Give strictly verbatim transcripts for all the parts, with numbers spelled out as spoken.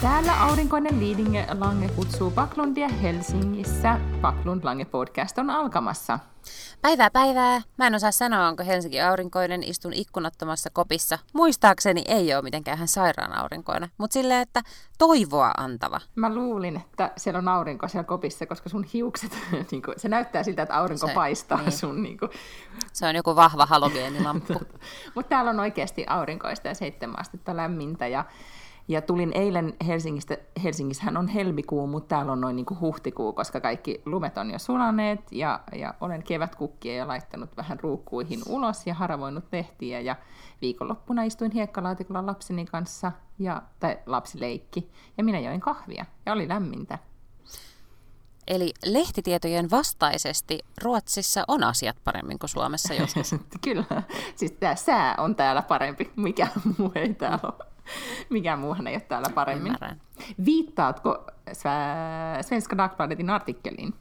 Täällä aurinkoinen Liidinge Lange kutsuu Backlundia Helsingissä. Backlund Lange podcast on alkamassa. Päivää päivää. Mä en osaa sanoa, onko Helsinki aurinkoinen. Istun ikkunattomassa kopissa. Muistaakseni ei ole mitenkään ihan sairaan aurinkoinen, mutta silleen, että toivoa antava. Mä luulin, että siellä on aurinko siellä kopissa, koska sun hiukset, niin kuin, se näyttää siltä, että aurinko se, paistaa niin. sun. Niin kuin. Se on joku vahva halogeenilamppu. Mutta täällä on oikeasti aurinkoista ja seitsemän astetta lämmintä ja Ja tulin eilen Helsingistä, Helsingissähän on helmikuu, mutta täällä on noin niin kuin huhtikuu, koska kaikki lumet on jo sulaneet ja, ja olen kevätkukkia ja laittanut vähän ruukkuihin ulos ja haravoinut lehtiä ja viikonloppuna istuin hiekkalaatikolla lapseni kanssa, ja, tai lapsileikki, ja minä join kahvia ja oli lämmintä. Eli lehtitietojen vastaisesti Ruotsissa on asiat paremmin kuin Suomessa joskus. Kyllä, siis tämä sää on täällä parempi, mikä muu ei täällä ole. Mikään muuhan ei ole täällä paremmin. Ymmärrän. Viittaatko Svenska Dagbladetin artikkeliin?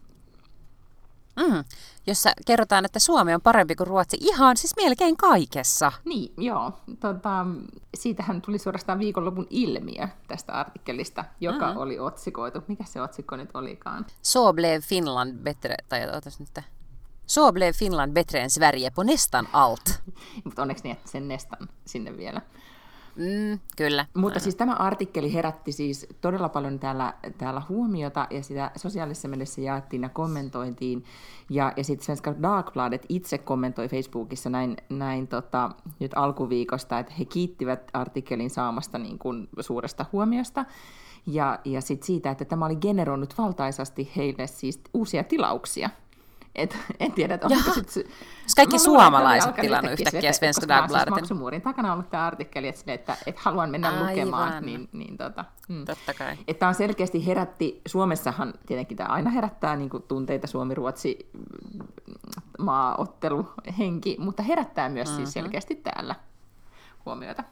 Mm, jossa kerrotaan, että Suomi on parempi kuin Ruotsi ihan siis melkein kaikessa. Niin, joo. Tota, siitähän tuli suorastaan viikonlopun ilmiö tästä artikkelista, joka mm-hmm. oli otsikoitu. Mikä se otsikko nyt olikaan? Så blev Finland bättre, tai otas nyt. Så blev Finland bättre än Sverige på nästan allt. Mutta onneksi niin, että sen nestan sinne vielä. Mm, kyllä. Mutta siis tämä artikkeli herätti siis todella paljon täällä, täällä huomiota, ja sitä sosiaalisessa mielessä jaettiin ja kommentointiin. Ja, ja sitten Svenska Dagbladet itse kommentoi Facebookissa näin, näin tota, nyt alkuviikosta, että he kiittivät artikkelin saamasta niin kuin suuresta huomiosta. Ja, ja sitten siitä, että tämä oli generoinut valtaisasti heille siis uusia tilauksia. Et, en tiedä, että onko sitten... Kaikki suomalaiset tilannut yhtäkkiä Svenska Dagbladetin. Koska maksumuurin takana on ollut tämä artikkeli, että, että, että haluan mennä Aivan. lukemaan. Niin, niin, tota, mm. Totta kai. Että tämä on selkeästi herätti, Suomessahan tietenkin tämä aina herättää niin kuin tunteita Suomi-Ruotsi maaotteluhenki, mutta herättää myös mm-hmm. siis selkeästi täällä huomiota.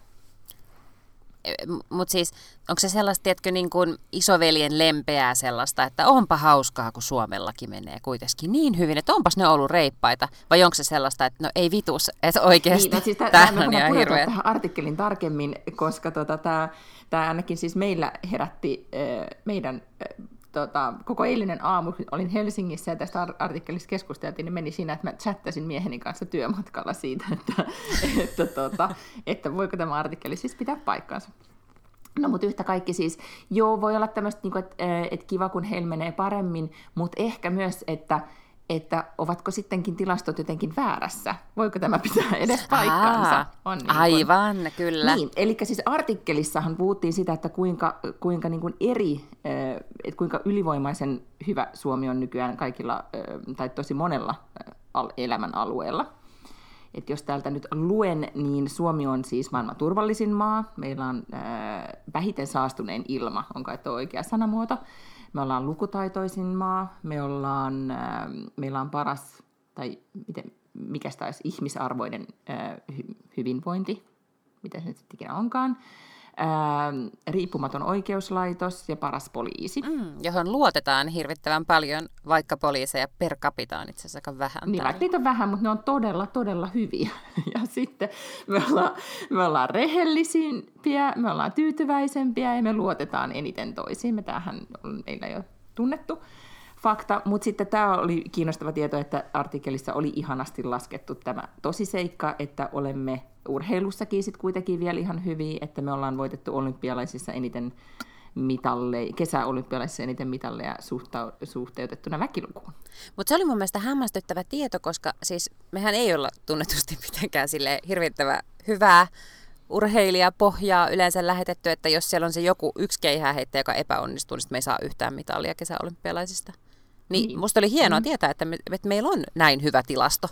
Mutta siis, onko se sellaista, tiedätkö, niin kuin isoveljen lempeää sellaista, että onpa hauskaa, kun Suomellakin menee kuitenkin niin hyvin, että onpas ne ollut reippaita, vai onko se sellaista, että no ei vitus, että oikeasti niin, siis tämä on ihan hirveä. Tähän artikkelin tarkemmin, koska tota, tämä ainakin siis meillä herätti äh, meidän... Äh, Tota, koko eilinen aamu olin Helsingissä ja tästä artikkelista keskusteltiin, niin meni siinä, että mä chattasin mieheni kanssa työmatkalla siitä, että, että, tota, että voiko tämä artikkeli siis pitää paikkaansa. No mutta yhtä kaikki siis, joo voi olla tämmöistä, että, että kiva kun heillä menee paremmin, mutta ehkä myös, että että ovatko sittenkin tilastot jotenkin väärässä? Voiko tämä pitää edes paikkansa? On niin aivan, kun... kyllä. Niin, eli siis artikkelissahan puhuttiin sitä, että kuinka, kuinka niin kuin eri, että kuinka ylivoimaisen hyvä Suomi on nykyään kaikilla, tai tosi monella elämän alueella. Että jos täältä nyt luen, niin Suomi on siis maailman turvallisin maa. Meillä on vähiten saastunein ilma, on kai tuo oikea sanamuoto. Me ollaan lukutaitoisin maa, me ollaan, äh, meillä on paras, tai miten, mikä taisi ihmisarvoinen äh, hy, hyvinvointi, mitä se nyt ikinä onkaan, äh, riippumaton oikeuslaitos ja paras poliisi. Mm, johon luotetaan hirvittävän paljon, vaikka poliiseja per capita on itse asiassa aika vähän. Niin, vaikka niitä on vähän, mutta ne on todella, todella hyviä. Ja sitten me ollaan, me ollaan rehellisimpiä, me ollaan tyytyväisempiä ja me luotetaan eniten toisiimme. Tämähän on meillä jo tunnettu fakta, mutta sitten tämä oli kiinnostava tieto, että artikkelissa oli ihanasti laskettu tämä tosiseikka, että olemme urheilussakin sitten kuitenkin vielä ihan hyviä, että me ollaan voitettu olympialaisissa eniten mitalleja, kesäolympialaisissa eniten mitalleja suhta- suhteutettuna väkilukuun. Mutta se oli mun mielestä hämmästyttävä tieto, koska siis mehän ei olla tunnetusti mitenkään sille hirvittävä hyvää urheilijapohjaa yleensä lähetetty, että jos siellä on se joku yksi keihääheittäjä, joka epäonnistuu, niin me ei saa yhtään mitalia kesäolympialaisista. Niin, niin. Musta oli hienoa mm. tietää, että, me, että meillä on näin hyvä tilasto.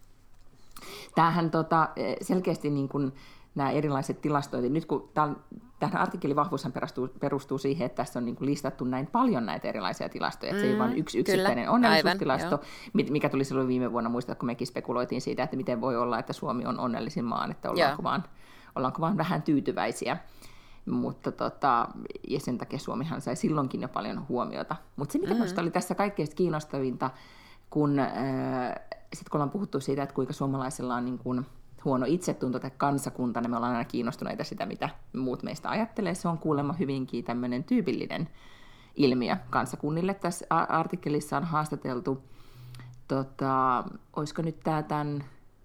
Tämähän tota, selkeästi niin kuin nämä erilaiset tilastointit, nyt kun tähän artikkelin vahvuushan perustuu, perustuu siihen, että tässä on niin kuin listattu näin paljon näitä erilaisia tilastoja, että mm, se ei vain yksi yksittäinen kyllä, onnellisuustilasto, aivan, mikä tuli silloin viime vuonna, muistaa, kun mekin spekuloitiin siitä, että miten voi olla, että Suomi on onnellisin maan, että ollaanko, vaan, ollaanko vaan vähän tyytyväisiä. Mutta tota, ja sen takia Suomihan sai silloinkin jo paljon huomiota. Mutta se, mikä mm-hmm. minusta oli tässä kaikkein kiinnostavinta, kun, äh, sit kun ollaan puhuttu siitä, että kuinka suomalaisilla on niin kuin huono itsetunto tai kansakuntana, me ollaan aina kiinnostuneita sitä, mitä muut meistä ajattelee. Se on kuulemma hyvinkin tämmöinen tyypillinen ilmiö kansakunnille. Tässä artikkelissa on haastateltu, tota, olisiko nyt tämä tämän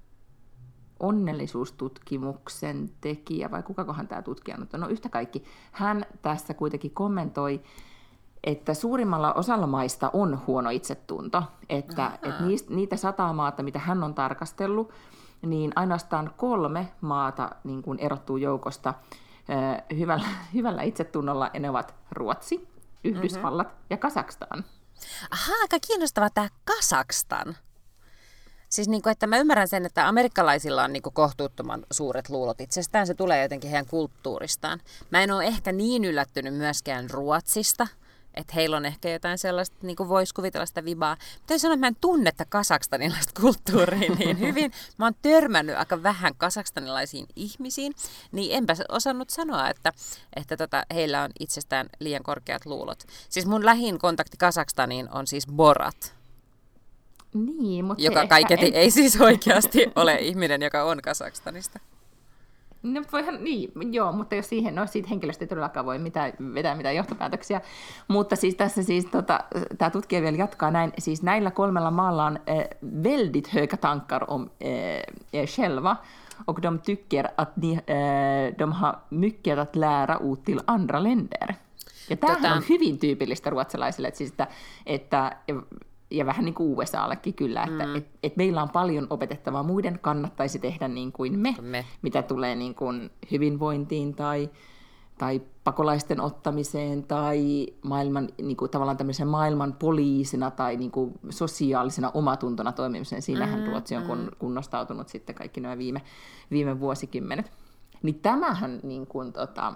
onnellisuustutkimuksen tekijä, vai kukakohan tämä tutkija on? No yhtä kaikki. Hän tässä kuitenkin kommentoi, että suurimmalla osalla maista on huono itsetunto, että, että niistä, niitä sataa maata, mitä hän on tarkastellut, niin ainoastaan kolme maata niin kuin erottuu joukosta äh, hyvällä, hyvällä itsetunnolla, ja ne ovat Ruotsi, Yhdysvallat mm-hmm. ja Kazakstan. Ahaa, aika kiinnostava tämä Kazakstan. Siis niin kuin, että mä ymmärrän sen, että amerikkalaisilla on niin kuin kohtuuttoman suuret luulot itsestään, se tulee jotenkin heidän kulttuuristaan. Mä en ole ehkä niin yllättynyt myöskään Ruotsista, että heillä on ehkä jotain sellaista, niin kuin voisi kuvitella sitä vibaa. Täytyy sanoa, että mä en tunne tätä kasakstanilaista kulttuuria niin hyvin. Mä oon törmännyt aika vähän kasakstanilaisiin ihmisiin, niin enpä osannut sanoa, että, että tota, heillä on itsestään liian korkeat luulot. Siis mun lähin kontakti Kazakstaniin on siis Borat. Niin, mutta joka kaiketi ei... ei siis oikeasti ole ihminen, joka on Kazakstanista. No, voihan, niin, joo, mutta jos siihen, no siitä henkilöstä ei todellakaan voi mitään, vetää mitään johtopäätöksiä. Mutta siis tässä siis, tota, tämä tutkija vielä jatkaa näin, siis näillä kolmella maalla on eh, väldigt höga tankar om eh, själva, och de tycker att ni, eh, de har mycket att lära ut till andra länder. Ja tämähän tota... on hyvin tyypillistä ruotsalaisille, että, siis, että, että ja vähän niin kuin U S A:llekin kyllä, että mm. et, et meillä on paljon opetettavaa. Muiden kannattaisi tehdä niin kuin me, me. mitä tulee niin kuin hyvinvointiin tai, tai pakolaisten ottamiseen tai maailman, niin kuin tavallaan tämmöisen maailman poliisina tai niin kuin sosiaalisena omatuntona toimimiseen. Siinähän mm, Ruotsi on mm. kunnostautunut sitten kaikki nämä viime, viime vuosikymmenet. Niin tämähän niin kuin, tota,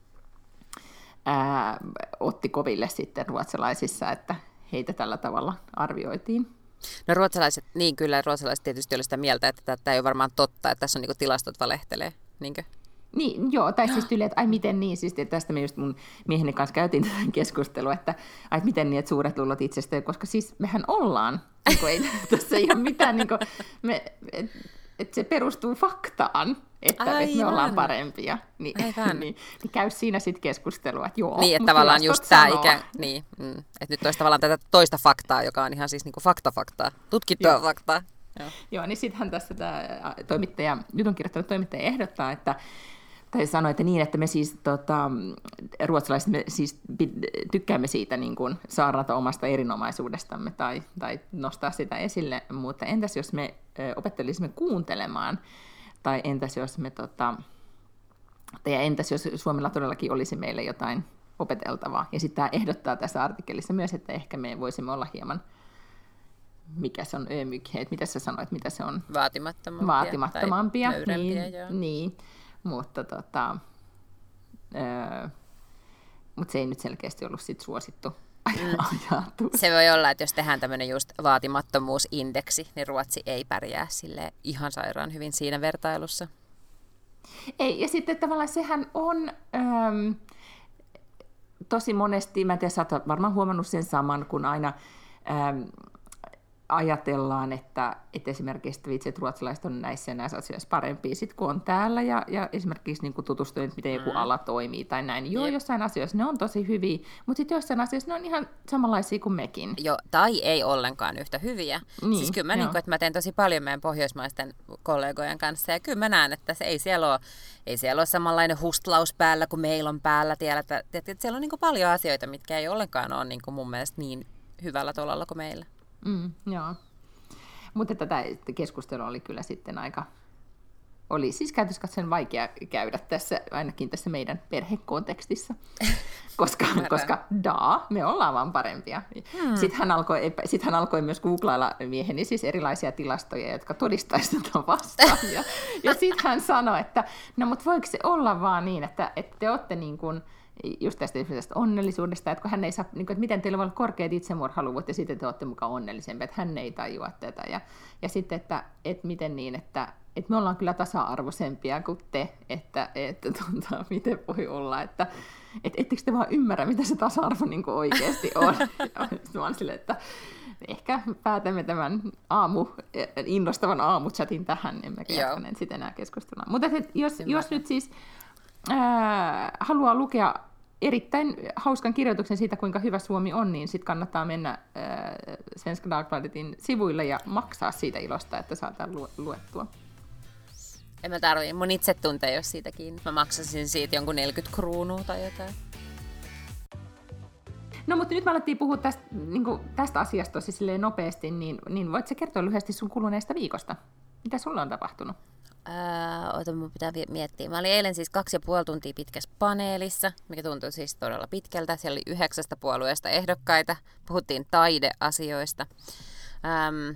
ää, otti koville sitten ruotsalaisissa, että heitä tällä tavalla arvioitiin. No ruotsalaiset, niin kyllä, ruotsalaiset tietysti oli sitä mieltä, että tämä ei ole varmaan totta, että tässä on niin tilastot valehtelee, niinkö? Niin, joo, tai siis tyyli, että ai miten niin, siis tästä me just mun mieheni kanssa käytiin tätä keskustelua, että ai miten niin, että suuret luulot itsestä, koska siis mehän ollaan, niin kuin ei tässä ihan mitään, niin kuin, me, et, et se perustuu faktaan, että et me ollaan parempia, niin, niin, niin käy siinä sitten keskustelua, että joo. Niin, että tavallaan just tämä ikä, niin, mm, että nyt olisi tavallaan tätä toista faktaa, joka on ihan siis niin kuin fakta-faktaa, tutkittua joo. faktaa. Joo. Joo, niin sittenhän tässä tämä toimittaja, jutun kirjoittanut toimittaja ehdottaa, että tai sanoi, että niin, että me siis tota, ruotsalaiset me siis tykkäämme siitä niin kuin saarnata omasta erinomaisuudestamme tai, tai nostaa sitä esille, mutta entäs jos me ö, opettelisimme kuuntelemaan, tai entäs jos me tota, tai entäs jos Suomella todellakin olisi meille jotain opeteltavaa. Ja sitten tämä ehdottaa tässä artikkelissa myös, että ehkä me voisimme olla hieman, mikä se on ömykheet, mitä sä sanoit, mitä se on? Vaatimattomampia. Vaatimattomampia, tai nöyrempiä, niin, joo. niin. Mutta tota, öö, mut se ei nyt selkeästi ollut sit suosittu ajatus. Se voi olla, että jos tehdään tämmöinen just vaatimattomuusindeksi, niin Ruotsi ei pärjää sille ihan sairaan hyvin siinä vertailussa. Ei, ja sitten tavallaan sehän on öö, tosi monesti, mä en tiedä, sä oot varmaan huomannut sen saman, kun aina öö, ajatellaan, että, että esimerkiksi vitsi, että ruotsalaiset on näissä ja näissä asioissa parempia sit, kun on täällä ja, ja esimerkiksi niin tutustunut, miten joku mm. ala toimii tai näin. Joo, Jep. jossain asioissa ne on tosi hyviä, mutta sitten jossain asioissa ne on ihan samanlaisia kuin mekin. Joo, tai ei ollenkaan yhtä hyviä. Niin, siis kyllä mä, niin kuin, että mä teen tosi paljon meidän pohjoismaisten kollegojen kanssa ja kyllä mä näen, että se ei siellä ole, ei siellä ole samanlainen hustlaus päällä kuin meillä on päällä. Tiedä, että, että siellä on niin kuin paljon asioita, mitkä ei ollenkaan ole niin kuin mun mielestä niin hyvällä tolalla kuin meillä. Mm, joo. Mutta tätä keskustelua oli kyllä sitten aika, oli siis käytöskatsoen vaikea käydä tässä, ainakin tässä meidän perhekontekstissa, koska, koska daa, me ollaan vaan parempia. Hmm. Sitten, hän alkoi, sitten hän alkoi myös googlailla mieheni siis erilaisia tilastoja, jotka todistaisivat tätä vastaan. Ja, ja sitten hän sanoi, että no mutta voiko se olla vaan niin, että, että te olette niin kuin just tästä onnellisuudesta, että kun hän ei saa, niin kuin, että miten teillä voi olla korkeat itsemurhaluvut ja sitten te olette mukaan onnellisempia, että hän ei tajua tätä. Ja, ja sitten, että, että miten niin, että, että me ollaan kyllä tasa-arvoisempia kuin te, että, että tuntaa, miten voi olla, että et, ettekö te vaan ymmärrä, mitä se tasa-arvo niin kuin oikeasti on. Ja mä olen silleen, että ehkä päätämme tämän aamu, innostavan aamuchatin tähän, emmekä jatkaneet sitten enää keskustelua. Mutta jos, jos nyt siis ää, haluaa lukea erittäin hauskan kirjoituksen siitä, kuinka hyvä Suomi on, niin sitten kannattaa mennä äh, Svenska Dagbladetin sivuille ja maksaa siitä ilosta, että saa tämän lu- luettua. En mä tarvitse, mun itse tuntee jos siitä kiinni. Mä maksasin siitä jonkun neljäkymmentä kruunua tai jotain. No mutta nyt me alettiin puhua tästä, niin kuin, tästä asiasta tosi silleen nopeasti, niin, niin voit sä kertoa lyhyesti sun kuluneesta viikosta? Mitä sulla on tapahtunut? Öö, ota, mun pitää miettiä. Mä olin eilen siis kaksi ja puoli tuntia pitkässä paneelissa, mikä tuntui siis todella pitkältä. Siellä oli yhdeksästä puolueesta ehdokkaita. Puhuttiin taideasioista. Öm,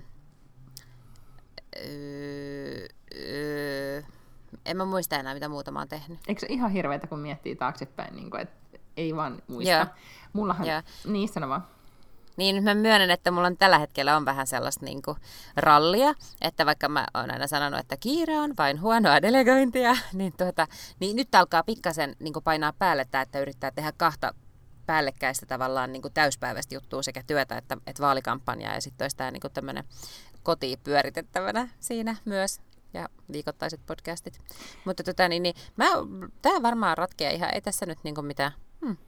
öö, öö, en mä muista enää, mitä muuta mä oon tehnyt. Eikö se ihan hirveätä, kun miettii taaksepäin, niin kuin, että ei vaan muista? Joo. Mullahan, Joo. niin sano vaan. Niin nyt mä myönnän, että mulla on tällä hetkellä on vähän sellaista niin kuin rallia, että vaikka mä oon aina sanonut, että kiire on vain huonoa delegointia, niin, tuota, niin nyt alkaa pikkasen niin kuin painaa päälle tämä, että yrittää tehdä kahta päällekkäistä tavallaan niin kuin täyspäiväistä juttua sekä työtä että, että vaalikampanjaa ja sitten olisi tämä niin kuin tämmöinen kotiin pyöritettävänä siinä myös ja viikoittaiset podcastit. Mutta tota, niin, niin, tämä varmaan ratkeaa ihan, ei tässä nyt niin kuin mitään... Hmm.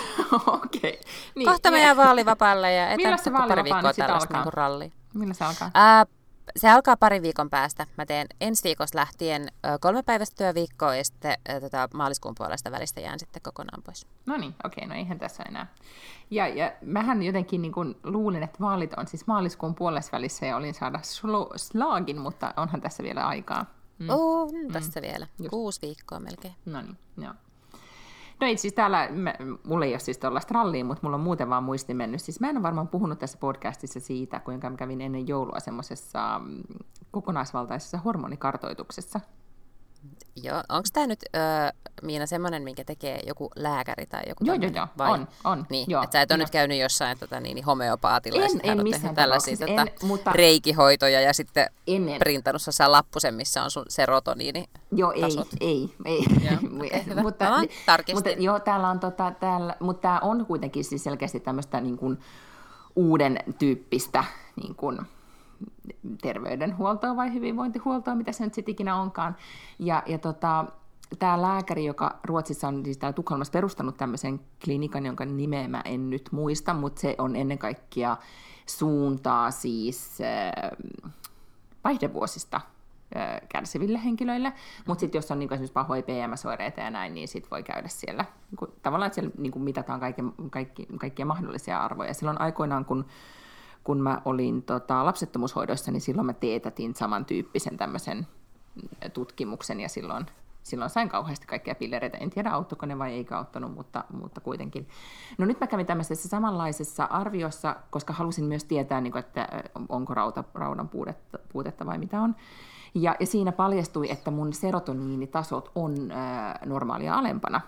Okei. Okay. Niin, Kohta me jää vaalivapaalle ja etän pari viikkoa tällaista niin rallia. Millä se alkaa? Ää, se alkaa parin viikon päästä. Mä teen ensi viikosta lähtien ö, kolme päivästä työviikkoa ja sitten ö, tota, maaliskuun puolesta välistä jään sitten kokonaan pois. No niin, okei, okay, no eihän tässä enää. Ja, ja mähän jotenkin niin kuin luulin, että vaalit on siis maaliskuun puolessa välissä ja olin saada slo- slagin, mutta onhan tässä vielä aikaa. Mm. On tässä mm. vielä. Just. Kuusi viikkoa melkein. No niin, joo. No itse siis täällä, mä, mulla ei ole siis tuollaista rallia, mutta mulla on muuten vaan muisti mennyt. Siis mä en ole varmaan puhunut tässä podcastissa siitä, kuinka mä kävin ennen joulua semmoisessa kokonaisvaltaisessa hormonikartoituksessa. Joo, onko tämä nyt, ö, Miina, semmoinen, minkä tekee joku lääkäri tai joku joo, joo, joo, vai? on, on. Niin, joo, että sä et ole joo. nyt käynyt jossain tota, niin, homeopaatilla en, ja en missään tällaisia tota, en, mutta... reikihoitoja ja sitten en, en. printannut sä lappusen, missä on sun serotoniini. Joo, ei, tasot. ei, ei. Joo, okay, hyvä. mutta, no, mutta, joo, täällä on, tota, täällä, mutta tämä on kuitenkin siis selkeästi tämmöistä niin kuin uuden tyyppistä niin kuin terveydenhuoltoa vai hyvinvointihuoltoa, mitä se nyt sitten ikinä onkaan. Ja, ja tota, tämä lääkäri, joka Ruotsissa on siis täällä Tukholmassa perustanut tämmöisen klinikan, jonka nimeä mä en nyt muista, mutta se on ennen kaikkea suuntaa siis äh, vaihdevuosista äh, kärsiville henkilöille. Mutta sitten jos on niinku esimerkiksi pahoja P M S-oireita ja näin, niin sitten voi käydä siellä. Niinku, tavallaan, että siellä niinku mitataan kaiken, kaikki, kaikkia mahdollisia arvoja. Silloin aikoinaan, kun kun mä olin tota, lapsettomuushoidossa, niin silloin mä teetätin samantyyppisen tämmöisen tutkimuksen, ja silloin, silloin sain kauheasti kaikkia pillereitä. En tiedä, auttoiko ne vai eikä auttanut, mutta, mutta kuitenkin. No nyt mä kävin tämmöisessä samanlaisessa arviossa, koska halusin myös tietää, niin kuin, että onko rauta, raudan puutetta, puutetta vai mitä on. Ja, ja siinä paljastui, että mun serotoniinitasot on ää, normaalia alempana.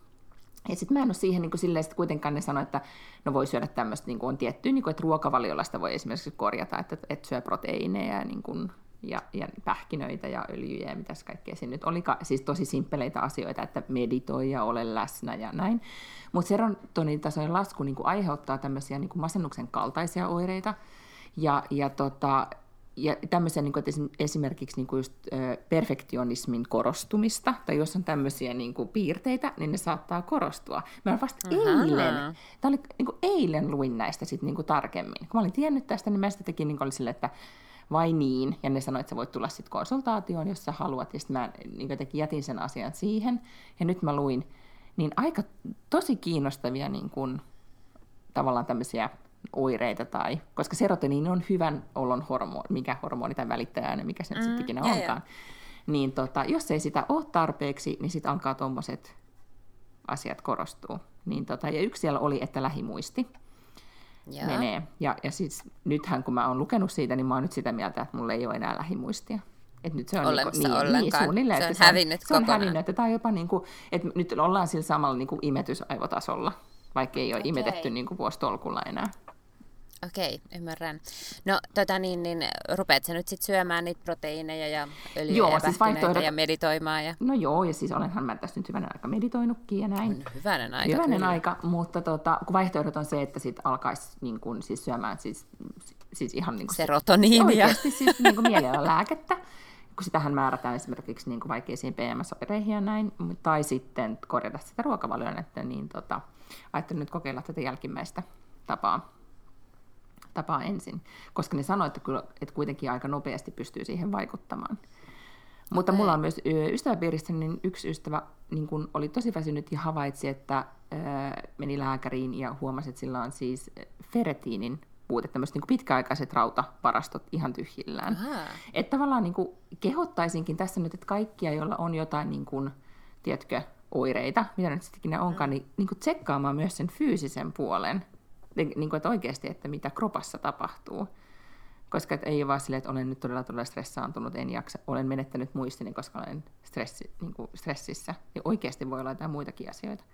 Ja sitten mä en ole siihen niin kuin silleen, että kuitenkaan ne sanoo, että no voi syödä tämmöistä, niin kuin on tiettyä, niin kuin, että ruokavaliolla sitä voi esimerkiksi korjata, että, että syö proteiineja niin kuin, ja, ja pähkinöitä ja öljyjä ja mitäs kaikkea siinä nyt oli. Siis tosi simppeleitä asioita, että meditoi ja ole läsnä ja näin. Mutta serotonitasojen lasku niin kuin aiheuttaa tämmöisiä niin kuin masennuksen kaltaisia oireita ja, ja tota... Ja tämmöisiä, niin kuin, että esimerkiksi niin kuin just, ö, perfektionismin korostumista, tai jos on tämmöisiä niin kuin, piirteitä, niin ne saattaa korostua. Mä vasta Aha. eilen, tämä oli niin kuin, eilen luin näistä sit, niin kuin, tarkemmin. Kun mä olin tiennyt tästä, niin mä sitä tekin niin kuin, oli sille, että vai niin, ja ne sanoi, että sä voit tulla sitten konsultaatioon, jos sä haluat, ja sitten mä niin kuin, jätin sen asian siihen, ja nyt mä luin, niin aika tosi kiinnostavia niin kuin, tavallaan tämmöisiä oireita, tai, koska serotoniini on hyvän olon hormoni, mikä hormoni tai välittäjä, mikä se nyt mm, sitten ikinä onkaan. Yeah. Niin tota, jos ei sitä ole tarpeeksi, niin sitten alkaa tuommoiset asiat korostua. Niin tota, ja yksi siellä oli, että lähimuisti yeah. menee. Ja, ja siis nythän kun mä oon lukenut siitä, niin mä oon nyt sitä mieltä, että mulla ei ole enää lähimuistia. Että nyt se on olemassa niin, ollenkaan. Niin, suunnilleen, se on että hävinnyt se on, kokonaan. Se on hävinnyt, että tämä on jopa niin kuin, että nyt ollaan sillä samalla niin kuin imetysaivotasolla, vaikka ei ole okay. imetetty niin kuin vuositolkulla enää. Okei, ymmärrän. No, tota niin, niin rupeat sä nyt sit syömään niitä proteiineja ja öljyjä joo, ja siis pähkinöitä ja meditoimaan? Ja... No joo, ja siis olenhan mä tässä nyt hyvänen aika meditoinutkin ja näin. On hyvänen aika. Hyvänen kyllä. aika, mutta tota, kun vaihtoehdot on se, että sit alkaisi niin kun, siis syömään siis siis ihan niin kuin serotoniinia. Oikeasti siis niin kuin mielialalääkettä, kun sitähän määrätään esimerkiksi niin kuin vaikeisiin P M S-oireihin ja näin, tai sitten korjata sitä ruokavalioon, että niin tota, ajattelin nyt kokeilla tätä jälkimmäistä tapaa, tapaa ensin, koska ne sanoo, että, kyllä, että kuitenkin aika nopeasti pystyy siihen vaikuttamaan. Mutta okay. Mulla on myös ystäväpiirissä, niin yksi ystävä niin kun oli tosi väsynyt ja havaitsi, että ää, meni lääkäriin ja huomasi, että sillä on siis ferritiinin puute, tämmöiset niin pitkäaikaiset rautavarastot ihan tyhjillään. Että tavallaan niin kuin kehottaisinkin tässä nyt, että kaikkia, joilla on jotain, niin kuin, tiedätkö, oireita, mitä nyt sittenkin ne onkaan, niin, niin kuin tsekkaamaan myös sen fyysisen puolen, niin kuin, että oikeasti, että mitä kropassa tapahtuu. Koska ei ole vaan silleen, että olen nyt todella, todella stressaantunut, en jaksa, olen menettänyt muistini, koska olen stressi, niin kuin stressissä. Ja oikeasti voi olla jotain muitakin asioita.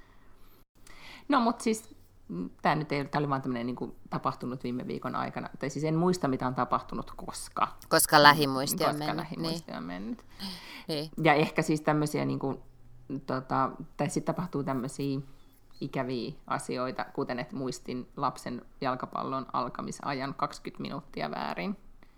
No, mutta siis tämä nyt ei ole, tämä oli vaan tämmöinen niin kuin tapahtunut viime viikon aikana. Tai siis en muista, mitä on tapahtunut, koska. Koska lähimuisti on koska mennyt. lähimuisti niin. on mennyt. Niin. Ja ehkä siis tämmöisiä, niin kuin, tota, tai sitten tapahtuu tämmöisiä ikäviä asioita, kuten että muistin lapsen jalkapallon alkamisajan kaksikymmentä minuuttia väärin.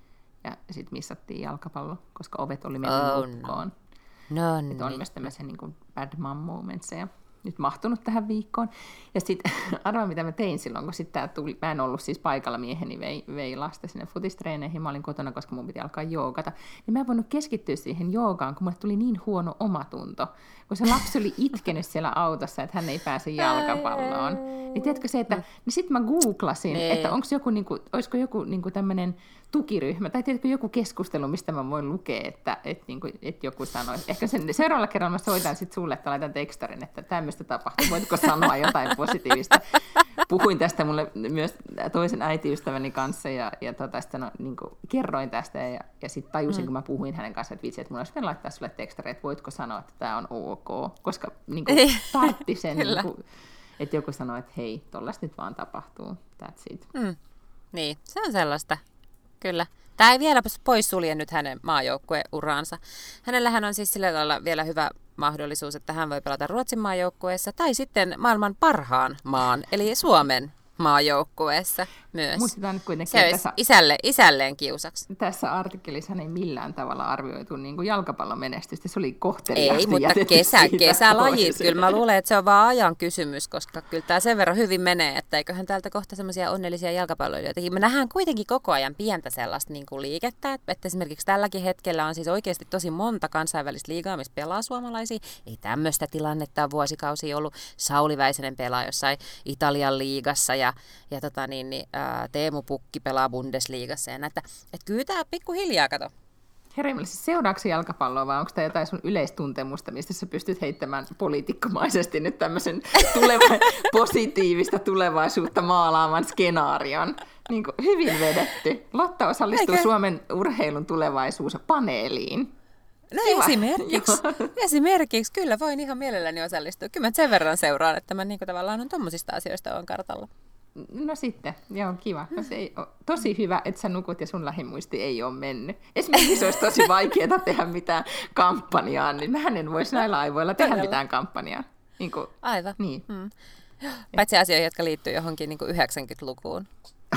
Ja sitten missattiin jalkapallo, koska ovet oli mennyt oh, lukkoon. No. No, että on myös tämmöisiä niin kuin bad mom momentseja nyt mahtunut tähän viikkoon. Ja sitten arvaa, mitä mä tein silloin, kun sitten tää tuli. Mä en ollut siis paikalla, mieheni vei, vei lasta sinne futistreeneihin. Mä olin kotona, koska mun piti alkaa joogata. Niin mä en voinut keskittyä siihen joogaan, kun mulle tuli niin huono omatunto. Kun se lapsi oli itkenyt siellä autossa, että hän ei pääse jalkapalloon. Niin tiedätkö se, että niin sitten mä googlasin, ne. että onko joku, niin kuin, olisiko joku niin kuin tämmöinen tukiryhmä, tai tiedätkö joku keskustelu, mistä mä voin lukea, että, että, niin kuin, että joku sanoi. Ehkä sen, seuraavalla kerralla mä soitan sitten sulle, että laitan tekstarin, että tämmöistä tapahtuu. Voitko sanoa jotain positiivista? Puhuin tästä mulle myös toisen äitiystäväni kanssa, ja, ja tota, sitten no, niin kuin, kerroin tästä, ja, ja sitten tajusin, mm. kun mä puhuin hänen kanssaan, että vitsi, että mulla olisi pitänyt laittaa sulle tekstarin, että voitko sanoa, että tämä on ok, koska niin kuin, tartti sen, niin kuin, että joku sanoi, että hei, tollaista nyt vaan tapahtuu, that's it. Mm. Niin, se on sellaista, kyllä. Tämä ei vielä poissulje nyt hänen maajoukkueuraansa. Hänellähän on siis sillä lailla vielä hyvä mahdollisuus, että hän voi pelata Ruotsin maajoukkueessa tai sitten maailman parhaan maan, eli Suomen maajoukkueessa myös. Muistetaan nyt kuitenkin, se olisi tässä, isälle, isälleen kiusaksi. Tässä artikkelissa hän ei millään tavalla arvioitu niin kuin jalkapallon menestystä. Se oli kohteliaasti Ei, mutta kesä, kesälajit. Kyllä mä luulen, että se on vaan ajan kysymys, koska kyllä tämä sen verran hyvin menee, että eiköhän täältä kohta semmoisia onnellisia jalkapalloilijoita. Me nähdään kuitenkin koko ajan pientä sellaista niin kuin liikettä, että esimerkiksi tälläkin hetkellä on siis oikeasti tosi monta kansainvälistä liigaa, missä pelaa suomalaisia. Ei tämmöistä tilannetta on vuosikausia ollut. Sauli Väisänen pelaa jossain Italian liigassa ja, ja tota niin, niin, ää, Teemu Pukki pelaa Bundesliigassa ja näitä. Että kyllä tämä pikkuhiljaa, kato. Herra, siis seuraavaksi jalkapalloa vai onko tämä jotain sun yleistuntemusta, mistä sä pystyt heittämään poliitikkomaisesti nyt tämmöisen tuleva- positiivista tulevaisuutta maalaavan skenaarion? Niin kuin hyvin vedetty. Lotta osallistuu Eikä... Suomen urheilun tulevaisuuspaneeliin. No Kiva. esimerkiksi. esimerkiksi. Kyllä voin ihan mielelläni osallistua. Kyllä mä sen verran seuraan, että mä niin kuin tavallaan on tommosista asioista on kartalla. No sitten, joo, kiva. No se ei ole. Tosi hyvä, että sä nukut ja sun lähimuisti ei ole mennyt. Esimerkiksi se olisi tosi vaikeaa tehdä mitään kampanjaa, niin mähän en voisi näillä aivoilla tehdä Todella. mitään kampanjaa. Niin kuin, Aivan. Niin. Mm. Paitsi asioihin, jotka liittyy johonkin niin kuin yhdeksänkymmentälukuun.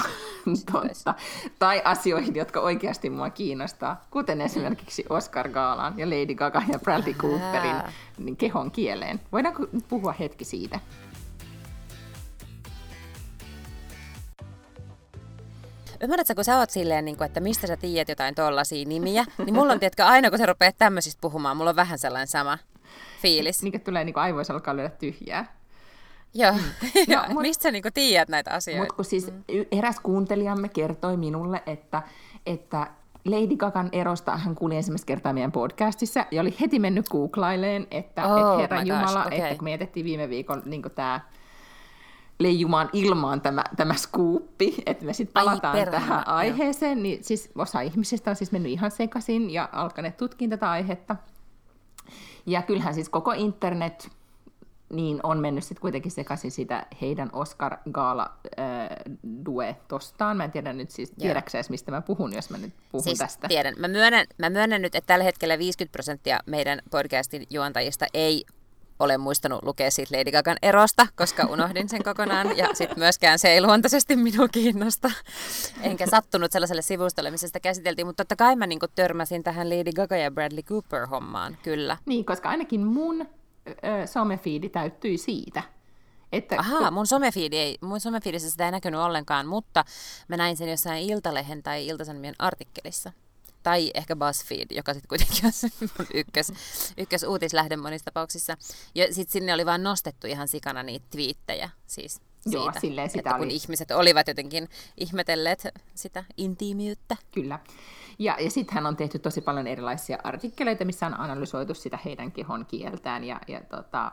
Totta. Tai asioihin, jotka oikeasti mua kiinnostaa, kuten esimerkiksi Oscar Gaalan ja Lady Gaga ja Bradley Cooperin niin kehon kieleen. Voidaanko puhua hetki siitä? Ymmärrätkö, kun sä oot silleen, että mistä sä tiedät jotain tollaisia nimiä, niin mulla on, tiedätkö, aina kun sä rupeat tämmöisistä puhumaan, mulla on vähän sellainen sama fiilis. Niin, tulee niin aivoissa alkaa lyödä tyhjää. Joo, no, ja mut, mistä sä niin tiedät näitä asioita? Mutta kun siis mm. eräs kuuntelijamme kertoi minulle, että, että Lady Gagan erosta hän kuuli ensimmäistä kertaa meidän podcastissa ja oli heti mennyt googlaileen, että oh, et herra Jumala, okay. että kun mietittiin viime viikon niin tämä leijumaan ilmaan tämä, tämä skuuppi, että me sitten palataan Ai, tähän perhana, aiheeseen, jo. Niin siis osa ihmisistä on siis mennyt ihan sekaisin ja alkaneet tutkia tätä aihetta. Ja kyllähän siis koko internet niin on mennyt sitten kuitenkin sekaisin sitä heidän Oscar-gaala-duetostaan. Mä en tiedä nyt siis, tiedäksä edes, mistä mä puhun, jos mä nyt puhun siis tästä. Tiedän. Mä myönnän, mä myönnän nyt, että tällä hetkellä viisikymmentä prosenttia meidän podcastin juontajista ei ole muistanut lukea siitä Lady Gagan erosta, koska unohdin sen kokonaan. Ja sitten myöskään se ei luontaisesti minua kiinnosta. Enkä sattunut sellaiselle sivustolle, missä sitä käsiteltiin. Mutta totta kai mä niin kuin törmäsin tähän Lady Gaga ja Bradley Cooper-hommaan, kyllä. Niin, koska ainakin mun ö, somefiidi täyttyi siitä. Että Ahaa, kun... mun, somefiidi ei, mun somefiidissä sitä ei näkynyt ollenkaan, mutta mä näin sen jossain Iltalehen tai Ilta-Sanomien artikkelissa. Tai ehkä BuzzFeed, joka sitten kuitenkin on se ykkös, ykkös uutislähde monissa tapauksissa. Ja sitten sinne oli vaan nostettu ihan sikana niitä twiittejä siis Joo, siitä, silleen sitä että kun oli. ihmiset olivat jotenkin ihmetelleet sitä intiimiyttä. Kyllä. Ja, ja sittenhän on tehty tosi paljon erilaisia artikkeleita, missä on analysoitu sitä heidän kehon kieltään ja, ja tota...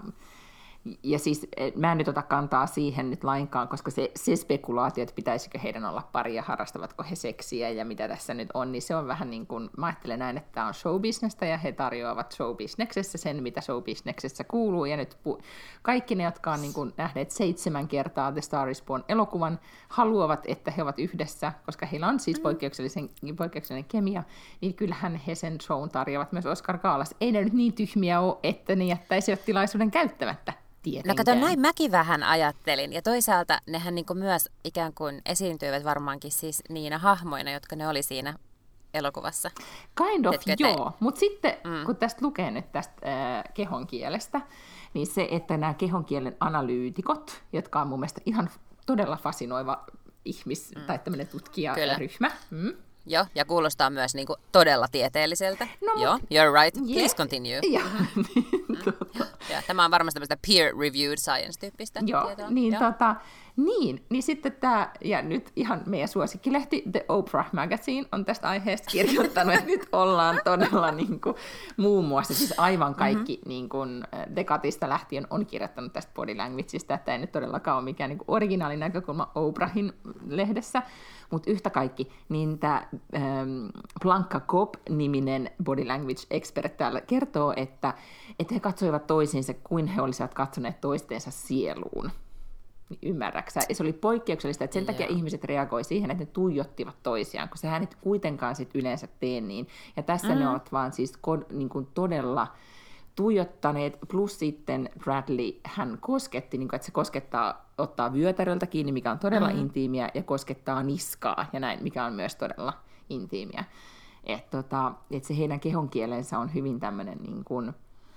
Ja siis mä en nyt ota kantaa siihen nyt lainkaan, koska se, se spekulaatio, että pitäisikö heidän olla paria, harrastavatko he seksiä ja mitä tässä nyt on, niin se on vähän niin kuin, mä ajattelen näin, että tämä on showbisnestä ja he tarjoavat showbisneksessä sen, mitä showbisneksessä kuuluu. Ja nyt pu- kaikki ne, jotka on niin kuin nähneet seitsemän kertaa The Star is Born-elokuvan, haluavat, että he ovat yhdessä, koska heillä on siis poikkeuksellisen, poikkeuksellinen kemia, niin kyllähän he sen shown tarjoavat myös Oscar Gaalassa. Ei ne nyt niin tyhmiä ole, että ne jättäisivät tilaisuuden käyttämättä. No kato, näin mäkin vähän ajattelin. Ja toisaalta nehän niinku myös ikään kuin esiintyivät varmaankin siis niinä hahmoina, jotka ne oli siinä elokuvassa. Kind of, Teetkö, joo. te... Mutta sitten, mm. kun tästä lukee nyt tästä äh, kehonkielestä, niin se, että nämä kehonkielen analyytikot, jotka on mun mielestä ihan todella fasinoiva ihmis- mm. tai tämmöinen tutkijaryhmä. Mm. Joo, ja kuulostaa myös niinku todella tieteelliseltä. No, Joo, you're right. Yeah. Please continue. Ja, mm-hmm. niin, tota. ja, tämä on varmasti tämmöistä peer-reviewed science-tyyppistä Joo, tietoa. niin, Joo. Tota, niin, niin sitten tämä, ja nyt ihan meidän suosikkilehti The Oprah Magazine on tästä aiheesta kirjoittanut, että nyt ollaan todella niin kuin, muun muassa, siis aivan kaikki mm-hmm. niin kuin, Dekatista lähtien on kirjoittanut tästä body languageista, että ei nyt todellakaan ole mikään niin kuin originaali näkökulma Oprahin lehdessä, mutta yhtä kaikki, niin tämä ähm, Blanca Cobb-niminen body language-expert täällä kertoo, että, että he katsoivat toisiinsa kuin he olisivat katsoneet toistensa sieluun. Ymmärräksä? Se oli poikkeuksellista, että sen yeah. takia ihmiset reagoi siihen, että ne tuijottivat toisiaan, kun sehän et kuitenkaan sit yleensä tee niin. Ja tässä mm. ne ovat vaan siis ko- niin kuin todella tuijottaneet, plus sitten Bradley, hän kosketti, niin kuin, että se koskettaa, ottaa vyötäröltä kiinni, mikä on todella mm. intiimiä, ja koskettaa niskaa, ja näin, mikä on myös todella intiimiä. Että tota, et se heidän kehonkielensä on hyvin tämmöinen niin kuin,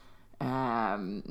ähm,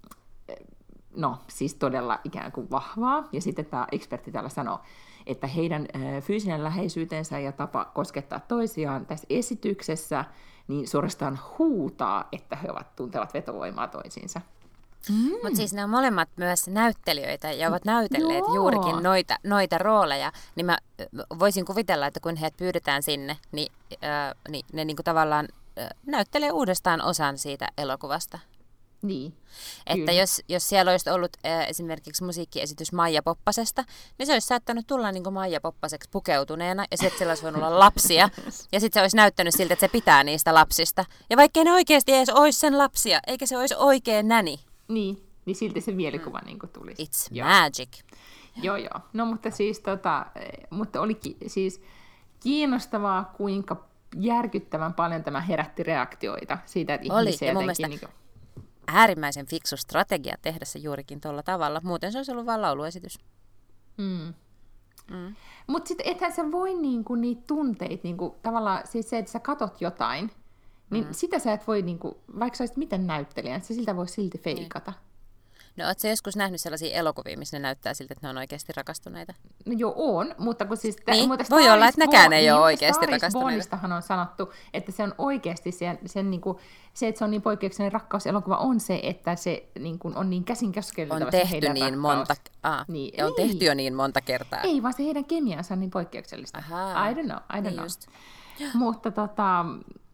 no, siis todella ikään kuin vahvaa. Ja sitten tämä ekspertti täällä sanoo, että heidän äh, fyysinen läheisyytensä ja tapa koskettaa toisiaan tässä esityksessä, niin suorastaan huutaa, että he ovat, tuntevat vetovoimaa toisiinsa. Mm. Mutta siis ne on molemmat myös näyttelijöitä ja ovat näytelleet Joo. juurikin noita, noita rooleja. Niin mä voisin kuvitella, että kun heidät pyydetään sinne, niin, äh, niin ne niinku tavallaan äh, näyttelee uudestaan osan siitä elokuvasta. Niin. Että jos, jos siellä olisi ollut äh, esimerkiksi musiikkiesitys Maija Poppasesta, niin se olisi saattanut tulla niin kuin Maija Poppaseksi pukeutuneena, ja sitten siellä olisi voinut olla lapsia, ja sitten se olisi näyttänyt siltä, että se pitää niistä lapsista. Ja vaikkei ne oikeasti edes olisi sen lapsia, eikä se olisi oikea näni. Niin, niin silti se mielikuva mm. niin kuin tulisi. It's joo. magic. Joo, joo. No mutta siis tota, mutta oli ki- siis kiinnostavaa, kuinka järkyttävän paljon tämä herätti reaktioita siitä, että oli, ihmisiä jotenkin... Niin kuin... äärimmäisen fiksu strategia tehdä se juurikin tuolla tavalla. Muuten se olisi ollut vain lauluesitys. Mm. Mm. Mutta sitten ethän sä voi niinku niitä tunteita, niinku, tavallaan siis se, että sä katot jotain, niin mm. sitä sä et voi, niinku, vaikka sä olisit miten näyttelijä, että sä siltä voi silti feikata. No ootko sä joskus nähnyt sellaisia elokuvia, missä ne näyttää siltä, että ne on oikeasti rakastuneita? No joo, on, mutta kun siis... Niin, mutta voi olla, että nekään ei niin, ole oikeasti Star rakastuneita. Bornistahan on sanottu, että se on oikeasti sen, sen niinku, se, että se on niin poikkeuksellinen rakkauselokuva, on se, että se niin kuin, on niin käsin käskellyttävä on se tehty heidän niin rakkaus. monta, ah, niin, ja on niin. tehty jo niin monta kertaa. Ei, vaan se heidän kemiansa on niin poikkeuksellista. Ahaa. I don't know, I don't niin know. Just. Mutta tota,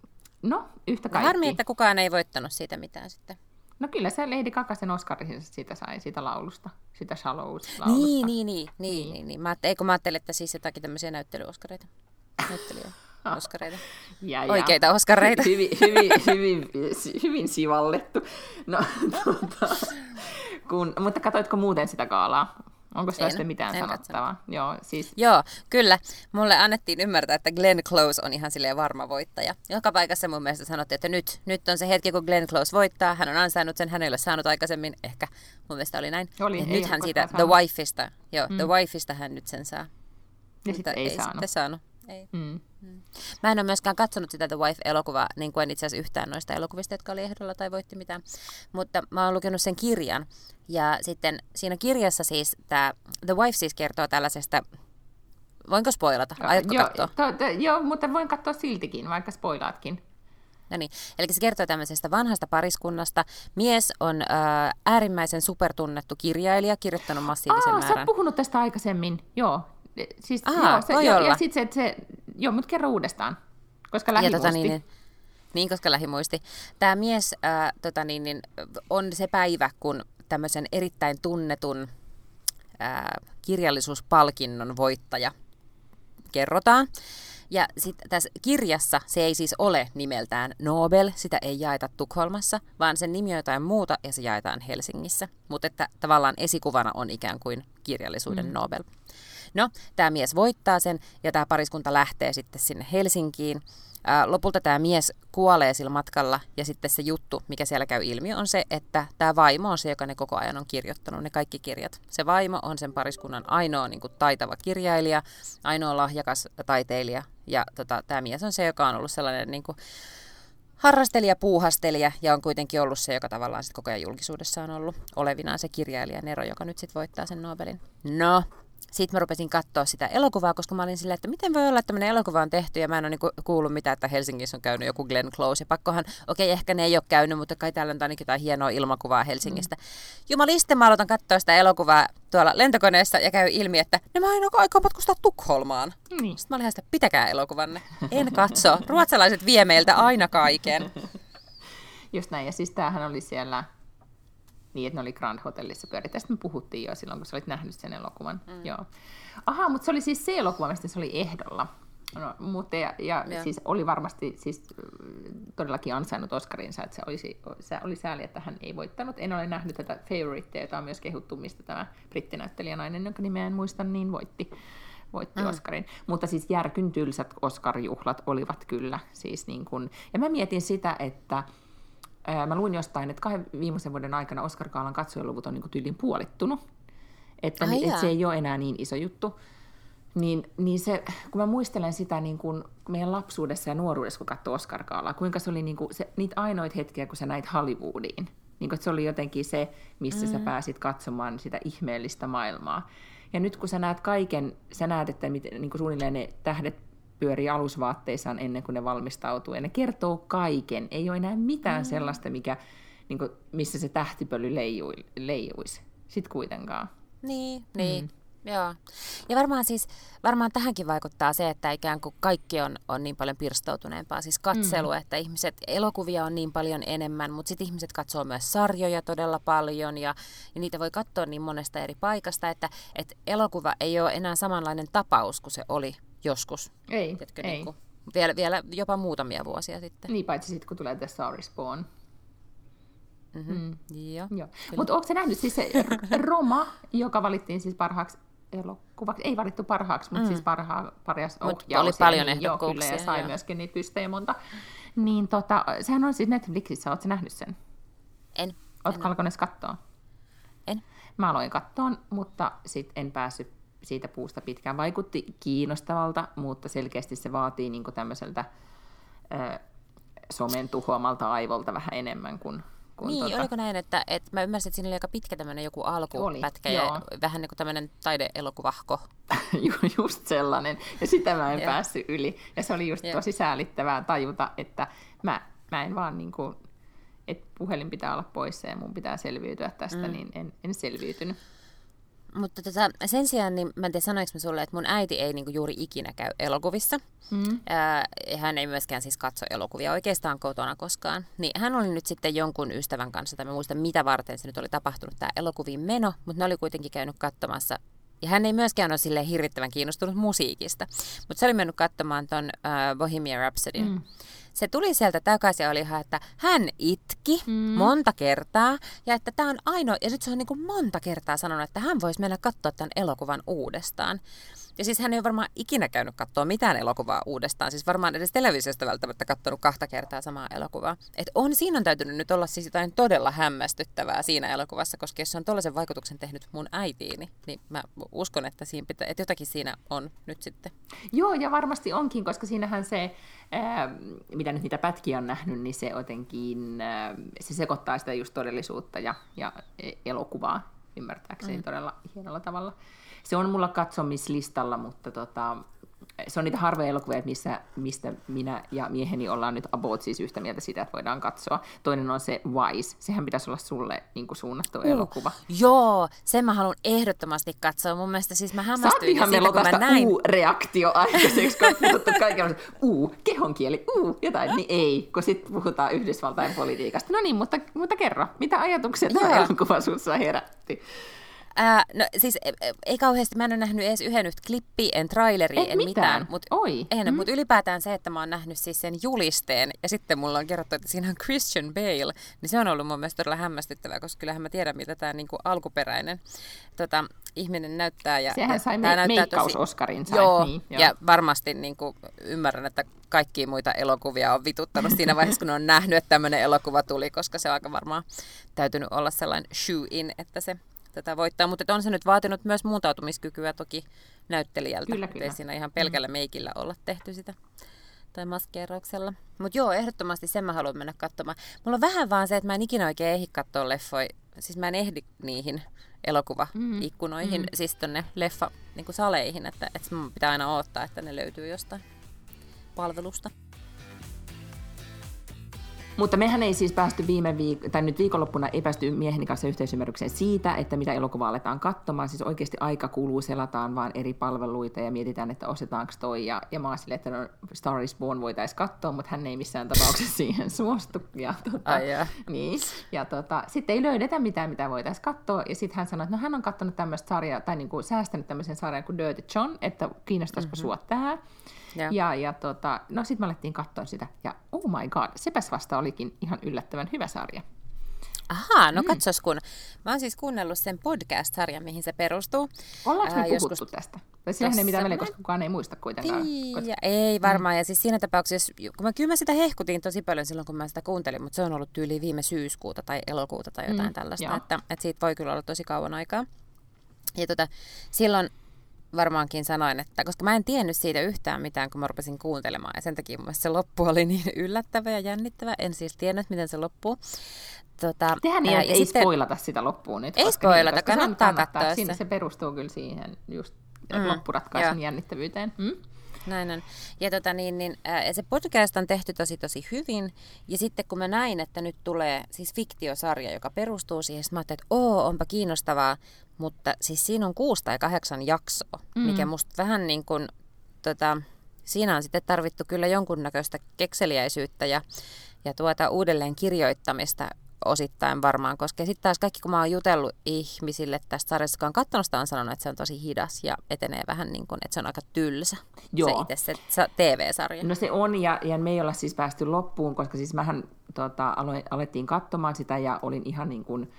no, yhtä kaikki. Harmi, että kukaan ei voittanut siitä mitään sitten. No kyllä se Lady Gaga sen Oscarinsa siitä sai, siitä laulusta, sitä Shallows-laulusta. Niin, niin, niin, niin, niin, niin. Mä ajattelin, eikö mä ajattelin, että siis jotakin tämmöisiä näyttelyoskareita. Näyttelijä. Oskareita. Ja, ja. Oikeita oskareita. Hyvin, hyvin, hyvin, hyvin sivallettu. No, tuota, kun, mutta katsoitko muuten sitä gaalaa? Onko sitä sitten mitään sanottavaa? Joo, siis... Joo, kyllä. Mulle annettiin ymmärtää, että Glenn Close on ihan silleen varma voittaja. Joka paikassa mun mielestä sanottiin, että nyt, nyt on se hetki, kun Glenn Close voittaa. Hän on ansainnut sen, hän ei ole saanut aikaisemmin. Ehkä mun mielestä oli näin. Oli, nyt hän siitä The Wifeista, joo, mm. The Wifeista hän nyt sen saa. Ja sitten ei, ei saanut. Sitten saanut. Ei. Mm. Mm. Mä en ole myöskään katsonut sitä The Wife-elokuvaa, niin kuin en itse asiassa yhtään noista elokuvista, jotka oli ehdolla tai voitti mitään. Mutta mä oon lukenut sen kirjan. Ja sitten siinä kirjassa siis tämä The Wife siis kertoo tällaisesta, voinko spoilata? Aiotko jo, katsoa? To, to, joo, mutta voin katsoa siltikin, vaikka spoilaatkin. No niin, eli se kertoo tämmöisestä vanhasta pariskunnasta. Mies on äh, äärimmäisen supertunnettu kirjailija, kirjoittanut massiivisen Aa, määrän. sä oot puhunut tästä aikaisemmin, joo. Siis, Aha, joo, se, voi jo, olla. Ja sitten se, se, joo, mutta kerro uudestaan, koska lähimuisti. Tota, niin, niin, niin, koska lähimuisti. Tämä mies äh, tota, niin, niin, on se päivä, kun tämmöisen erittäin tunnetun äh, kirjallisuuspalkinnon voittaja kerrotaan. Ja sitten tässä kirjassa se ei siis ole nimeltään Nobel, sitä ei jaeta Tukholmassa, vaan sen nimi on jotain muuta ja se jaetaan Helsingissä. Mutta että tavallaan esikuvana on ikään kuin kirjallisuuden mm. Nobel. No, tämä mies voittaa sen ja tämä pariskunta lähtee sitten sinne Helsinkiin. Ää, lopulta tämä mies kuolee sillä matkalla ja sitten se juttu, mikä siellä käy ilmi, on se, että tämä vaimo on se, joka ne koko ajan on kirjoittanut, ne kaikki kirjat. Se vaimo on sen pariskunnan ainoa niin kuin taitava kirjailija, ainoa lahjakas taiteilija ja tota, tämä mies on se, joka on ollut sellainen niin kuin harrastelija, puuhastelija ja on kuitenkin ollut se, joka tavallaan sit koko ajan julkisuudessa on ollut olevinaan se kirjailija Nero, joka nyt sitten voittaa sen Nobelin. No. Sitten mä rupesin katsoa sitä elokuvaa, koska mä olin silleen, että miten voi olla, että tämmöinen elokuva on tehty ja mä en ole niinku kuullut mitään, että Helsingissä on käynyt joku Glenn Close. Ja pakkohan, okei, ehkä ne ei ole käynyt, mutta kai täällä on ainakin jotain hienoa ilmakuvaa Helsingistä. Mm. Jumaliste, mä aloitan katsoa sitä elokuvaa tuolla lentokoneessa ja käy ilmi, että ne mä aina aikaa matkustaa Tukholmaan. Mm. Sitten mä olin ihan sitä, pitäkää elokuvanne. En katso. Ruotsalaiset vie meiltä aina kaiken. Just näin, ja siis tämähän oli siellä... Niin, että ne oli Grand Hotellissa pyörit. Tästä me puhuttiin jo silloin, kun sä olit nähnyt sen elokuvan. Mm. Joo. Aha, mutta se oli siis se elokuva, mistä se oli ehdolla. No, mutta ja, ja siis oli varmasti siis, todellakin ansainnut Oscarinsa, että se, olisi, se oli sääli, että hän ei voittanut. En ole nähnyt tätä Favoritea, jota on myös kehuttu, mistä tämä brittinäyttelijänainen, jonka nimeä en muista, niin voitti, voitti mm. Oscarin. Mutta siis järkyn tylsät Oscar-juhlat olivat kyllä. Siis niin kun, ja mä mietin sitä, että mä luin jostain, että kahden viimeisen vuoden aikana Oscar-gaalan katsojaluvut on niin kuin tyyliin puolittunut. Että, Ai että se ei ole enää niin iso juttu. Niin, niin se, kun mä muistelen sitä niin kuin meidän lapsuudessa ja nuoruudessa, kun katsoi Oscar-gaalaa, kuinka se oli niin kuin se, niitä ainoita hetkiä, kun sä näit Hollywoodiin. Niin kuin, että se oli jotenkin se, missä mm. sä pääsit katsomaan sitä ihmeellistä maailmaa. Ja nyt kun sä näet kaiken, sä näet, että miten, niin kuin suunnilleen ne tähdet pyörii alusvaatteissaan ennen kuin ne valmistautuu. Ja ne kertoo kaiken. Ei ole enää mitään mm. sellaista, mikä, niin kuin, missä se tähtipöly leijui, leijuisi. Sitten kuitenkaan. Niin, niin. Mm. Joo. Ja varmaan siis, varmaan tähänkin vaikuttaa se, että ikään kuin kaikki on, on niin paljon pirstoutuneempaa. Siis katselu, mm. että ihmiset, elokuvia on niin paljon enemmän, mutta sitten ihmiset katsoo myös sarjoja todella paljon ja, ja niitä voi katsoa niin monesta eri paikasta, että, että elokuva ei ole enää samanlainen tapaus kuin se oli joskus. Ei, Tiedätkö, ei. Niin kuin, vielä, vielä jopa muutamia vuosia sitten. Niin, paitsi sitten kun tulee The Star is Born. Mm-hmm. Mm. Joo. Joo. Mutta ootko sä nähnyt siis se Roma, joka valittiin siis parhaaksi elokuvaksi, ei valittu parhaaksi, mutta mm. siis parhaa, parjas ohjaus. Oli paljon niin, ehdokkuuksia. Joo, kyllä, ja sai joo. myöskin niitä pystejä monta. Niin tota, sehän on siis Netflixissä, ootko sä nähnyt sen? En. Ootko alkanut katsoa? En. Mä aloin katsoa, mutta sit en päässyt siitä puusta pitkään. Vaikutti kiinnostavalta, mutta selkeästi se vaatii niin kuin tämmöiseltä äh, somen tuhoamalta aivolta vähän enemmän kuin... kuin niin, tuota... oliko näin, että, että mä ymmärsin, että siinä oli aika pitkä tämmöinen joku alkupätkä ja joo. vähän niin kuin tämmöinen taideelokuvahko. Just sellainen, ja sitä mä en päässyt yli. Ja se oli just joo. tosi säälittävää tajuta, että mä, mä en vaan niin kuin, että puhelin pitää olla poissa ja mun pitää selviytyä tästä, mm. niin en, en selviytynyt. Mutta tota, sen sijaan, niin mä en tiedä sanoinko mä sulle, että mun äiti ei niinku juuri ikinä käy elokuvissa. Mm. Ää, hän ei myöskään siis katso elokuvia oikeastaan kotona koskaan. Niin hän oli nyt sitten jonkun ystävän kanssa, tai mä muistan mitä varten se nyt oli tapahtunut tämä elokuviin meno, mutta ne oli kuitenkin käynyt katsomassa. Ja hän ei myöskään ole silleen hirvittävän kiinnostunut musiikista, mutta se oli mennyt katsomaan ton uh, Bohemian Rhapsodyn. Mm. se tuli sieltä takaisin ja oli ihan, että hän itki mm. monta kertaa ja että tämä on ainoa, ja nyt se on niin kuin monta kertaa sanonut, että hän voisi mennä katsoa tämän elokuvan uudestaan. Ja siis hän ei ole varmaan ikinä käynyt katsoa mitään elokuvaa uudestaan, siis varmaan edes televisiosta välttämättä katsonut kahta kertaa samaa elokuvaa. Että on, siinä on täytynyt nyt olla siis jotain todella hämmästyttävää siinä elokuvassa, koska jos se on tollaisen vaikutuksen tehnyt mun äitiini, niin mä uskon, että, siinä pitää, että jotakin siinä on nyt sitten. Joo, ja varmasti onkin, koska siinähän se, ää, mitä nyt niitä pätkiä on nähnyt, niin se jotenkin, ää, se sekoittaa sitä just todellisuutta ja, ja elokuvaa, ymmärtääkseni mm. todella hienolla tavalla. Se on mulla katsomislistalla, mutta tota, se on niitä harvoja elokuvia, missä, mistä minä ja mieheni ollaan nyt about siis yhtä mieltä sitä, että voidaan katsoa. Toinen on se Wise. Sehän pitäisi olla sulle niin kuin suunnattu uh, elokuva. Joo, sen mä haluan ehdottomasti katsoa. Mun mielestä siis mä hämmästyin siitä, kun mä näin. uu-reaktio aikaiseksi, kun puhuttu kaikilla, uu, kehonkieli, uu, jotain, niin ei, kun sitten puhutaan Yhdysvaltain politiikasta. No niin, mutta, mutta kerro, mitä ajatuksia tämä elokuva sussa herätti? Ää, no siis ei kauheasti, mä en ole nähnyt edes yhden nyt klippiä, en traileria, et en mitään. mitään mutta mm. mut ylipäätään se, että mä oon nähnyt siis sen julisteen ja sitten mulla on kerrottu, että siinä on Christian Bale, niin se on ollut mun mielestä todella hämmästyttävää, koska kyllähän mä tiedän, mitä tämä niinku alkuperäinen tota, ihminen näyttää. Ja, sehän ja sai me- meikkaus-Oskarin. Sai, joo, niin, joo, ja varmasti niinku, ymmärrän, että kaikkia muita elokuvia on vituttanut siinä vaiheessa, kun on nähnyt, että tämmöinen elokuva tuli, koska se on aika varmaan täytynyt olla sellainen shoe-in, että se tätä voittaa, mutta on se nyt vaatinut myös muuntautumiskykyä toki näyttelijältä. Kyllä, kyllä. Ei siinä ihan pelkällä meikillä olla tehty sitä tai maskeerauksella. Mutta joo, ehdottomasti sen mä haluan mennä katsomaan. Mulla on vähän vaan se, että mä en ikinä oikein ehdi katsoa leffoja. Siis mä en ehdi niihin elokuvaikkunoihin, mm. siis tonne leffa-saleihin, että, että mun pitää aina odottaa, että ne löytyy jostain palvelusta. Mutta mehän ei siis päästy viime viik- tai nyt viikonloppuna ei päästy mieheni kanssa yhteisymmärrykseen siitä, että mitä elokuvaa aletaan katsomaan. Siis oikeasti aika kuluu, selataan vaan eri palveluita ja mietitään, että ostetaanko toi. Ja, ja mä oon silleen, että no, Star is Born voitaisiin katsoa, mutta hän ei missään tapauksessa siihen suostu. Ja, tota, Ai niin, ja tota, sitten ei löydetä mitään, mitä voitaisiin katsoa. Ja sitten hän sanoi, että no hän on katsonut tämmöistä sarjaa, tai niinku säästänyt tämmöisen sarjan kuin Dirty John, että kiinnostaisiko mm-hmm. sua tähän. Ja, ja, ja tota, no sitten me alettiin katsoa sitä, ja oh my god, sepäs vasta olikin ihan yllättävän hyvä sarja. Ahaa, no mm. katsos kun. Mä oon siis kuunnellut sen podcast-sarjan, mihin se perustuu. Ollaanko me puhuttu joskus tästä? Tai sillähän ei mitään väliä, koska kukaan ei muista kuitenkaan. Tiiä, ei varmaan. Mm. Ja siis siinä tapauksessa, kun mä, kyllä mä sitä hehkutin tosi paljon silloin, kun mä sitä kuuntelin, mutta se on ollut tyyli viime syyskuuta tai elokuuta tai jotain mm, tällaista, että, että siitä voi kyllä olla tosi kauan aikaa. Ja tota, silloin varmaankin sanoin, että koska mä en tiennyt siitä yhtään mitään, kun mä rupesin kuuntelemaan. Ja sen takia mun mielestä se loppu oli niin yllättävä ja jännittävä. En siis tiennyt, miten se loppuu. Tota, Tehän niin, ei sitten spoilata sitä loppuun nyt. Ei spoilata, niin, kannattaa katsoa se. Se perustuu kyllä siihen just mm, loppuratkaisun jännittävyyteen. Mm? Näin on. Ja, tota, niin, niin, ää, se podcast on tehty tosi tosi hyvin. Ja sitten kun mä näin, että nyt tulee siis fiktiosarja, joka perustuu siihen, mä ajattelin, että oo, onpa kiinnostavaa. Mutta siis siinä on kuusi tai kahdeksan jaksoa, mm. mikä musta vähän niin kuin, tota, siinä on sitten tarvittu kyllä jonkunnäköistä kekseliäisyyttä ja, ja tuota uudelleen kirjoittamista osittain varmaan, koska sitten taas kaikki, kun mä oon jutellut ihmisille tästä sarjasta, kun on katsonut sitä, on sanonut, että se on tosi hidas ja etenee vähän niin kuin, että se on aika tylsä, Joo. se itse se T V-sarja. No se on, ja, ja me ei olla siis päästy loppuun, koska siis mähän tota, alo- alettiin katsomaan sitä ja olin ihan niin kuin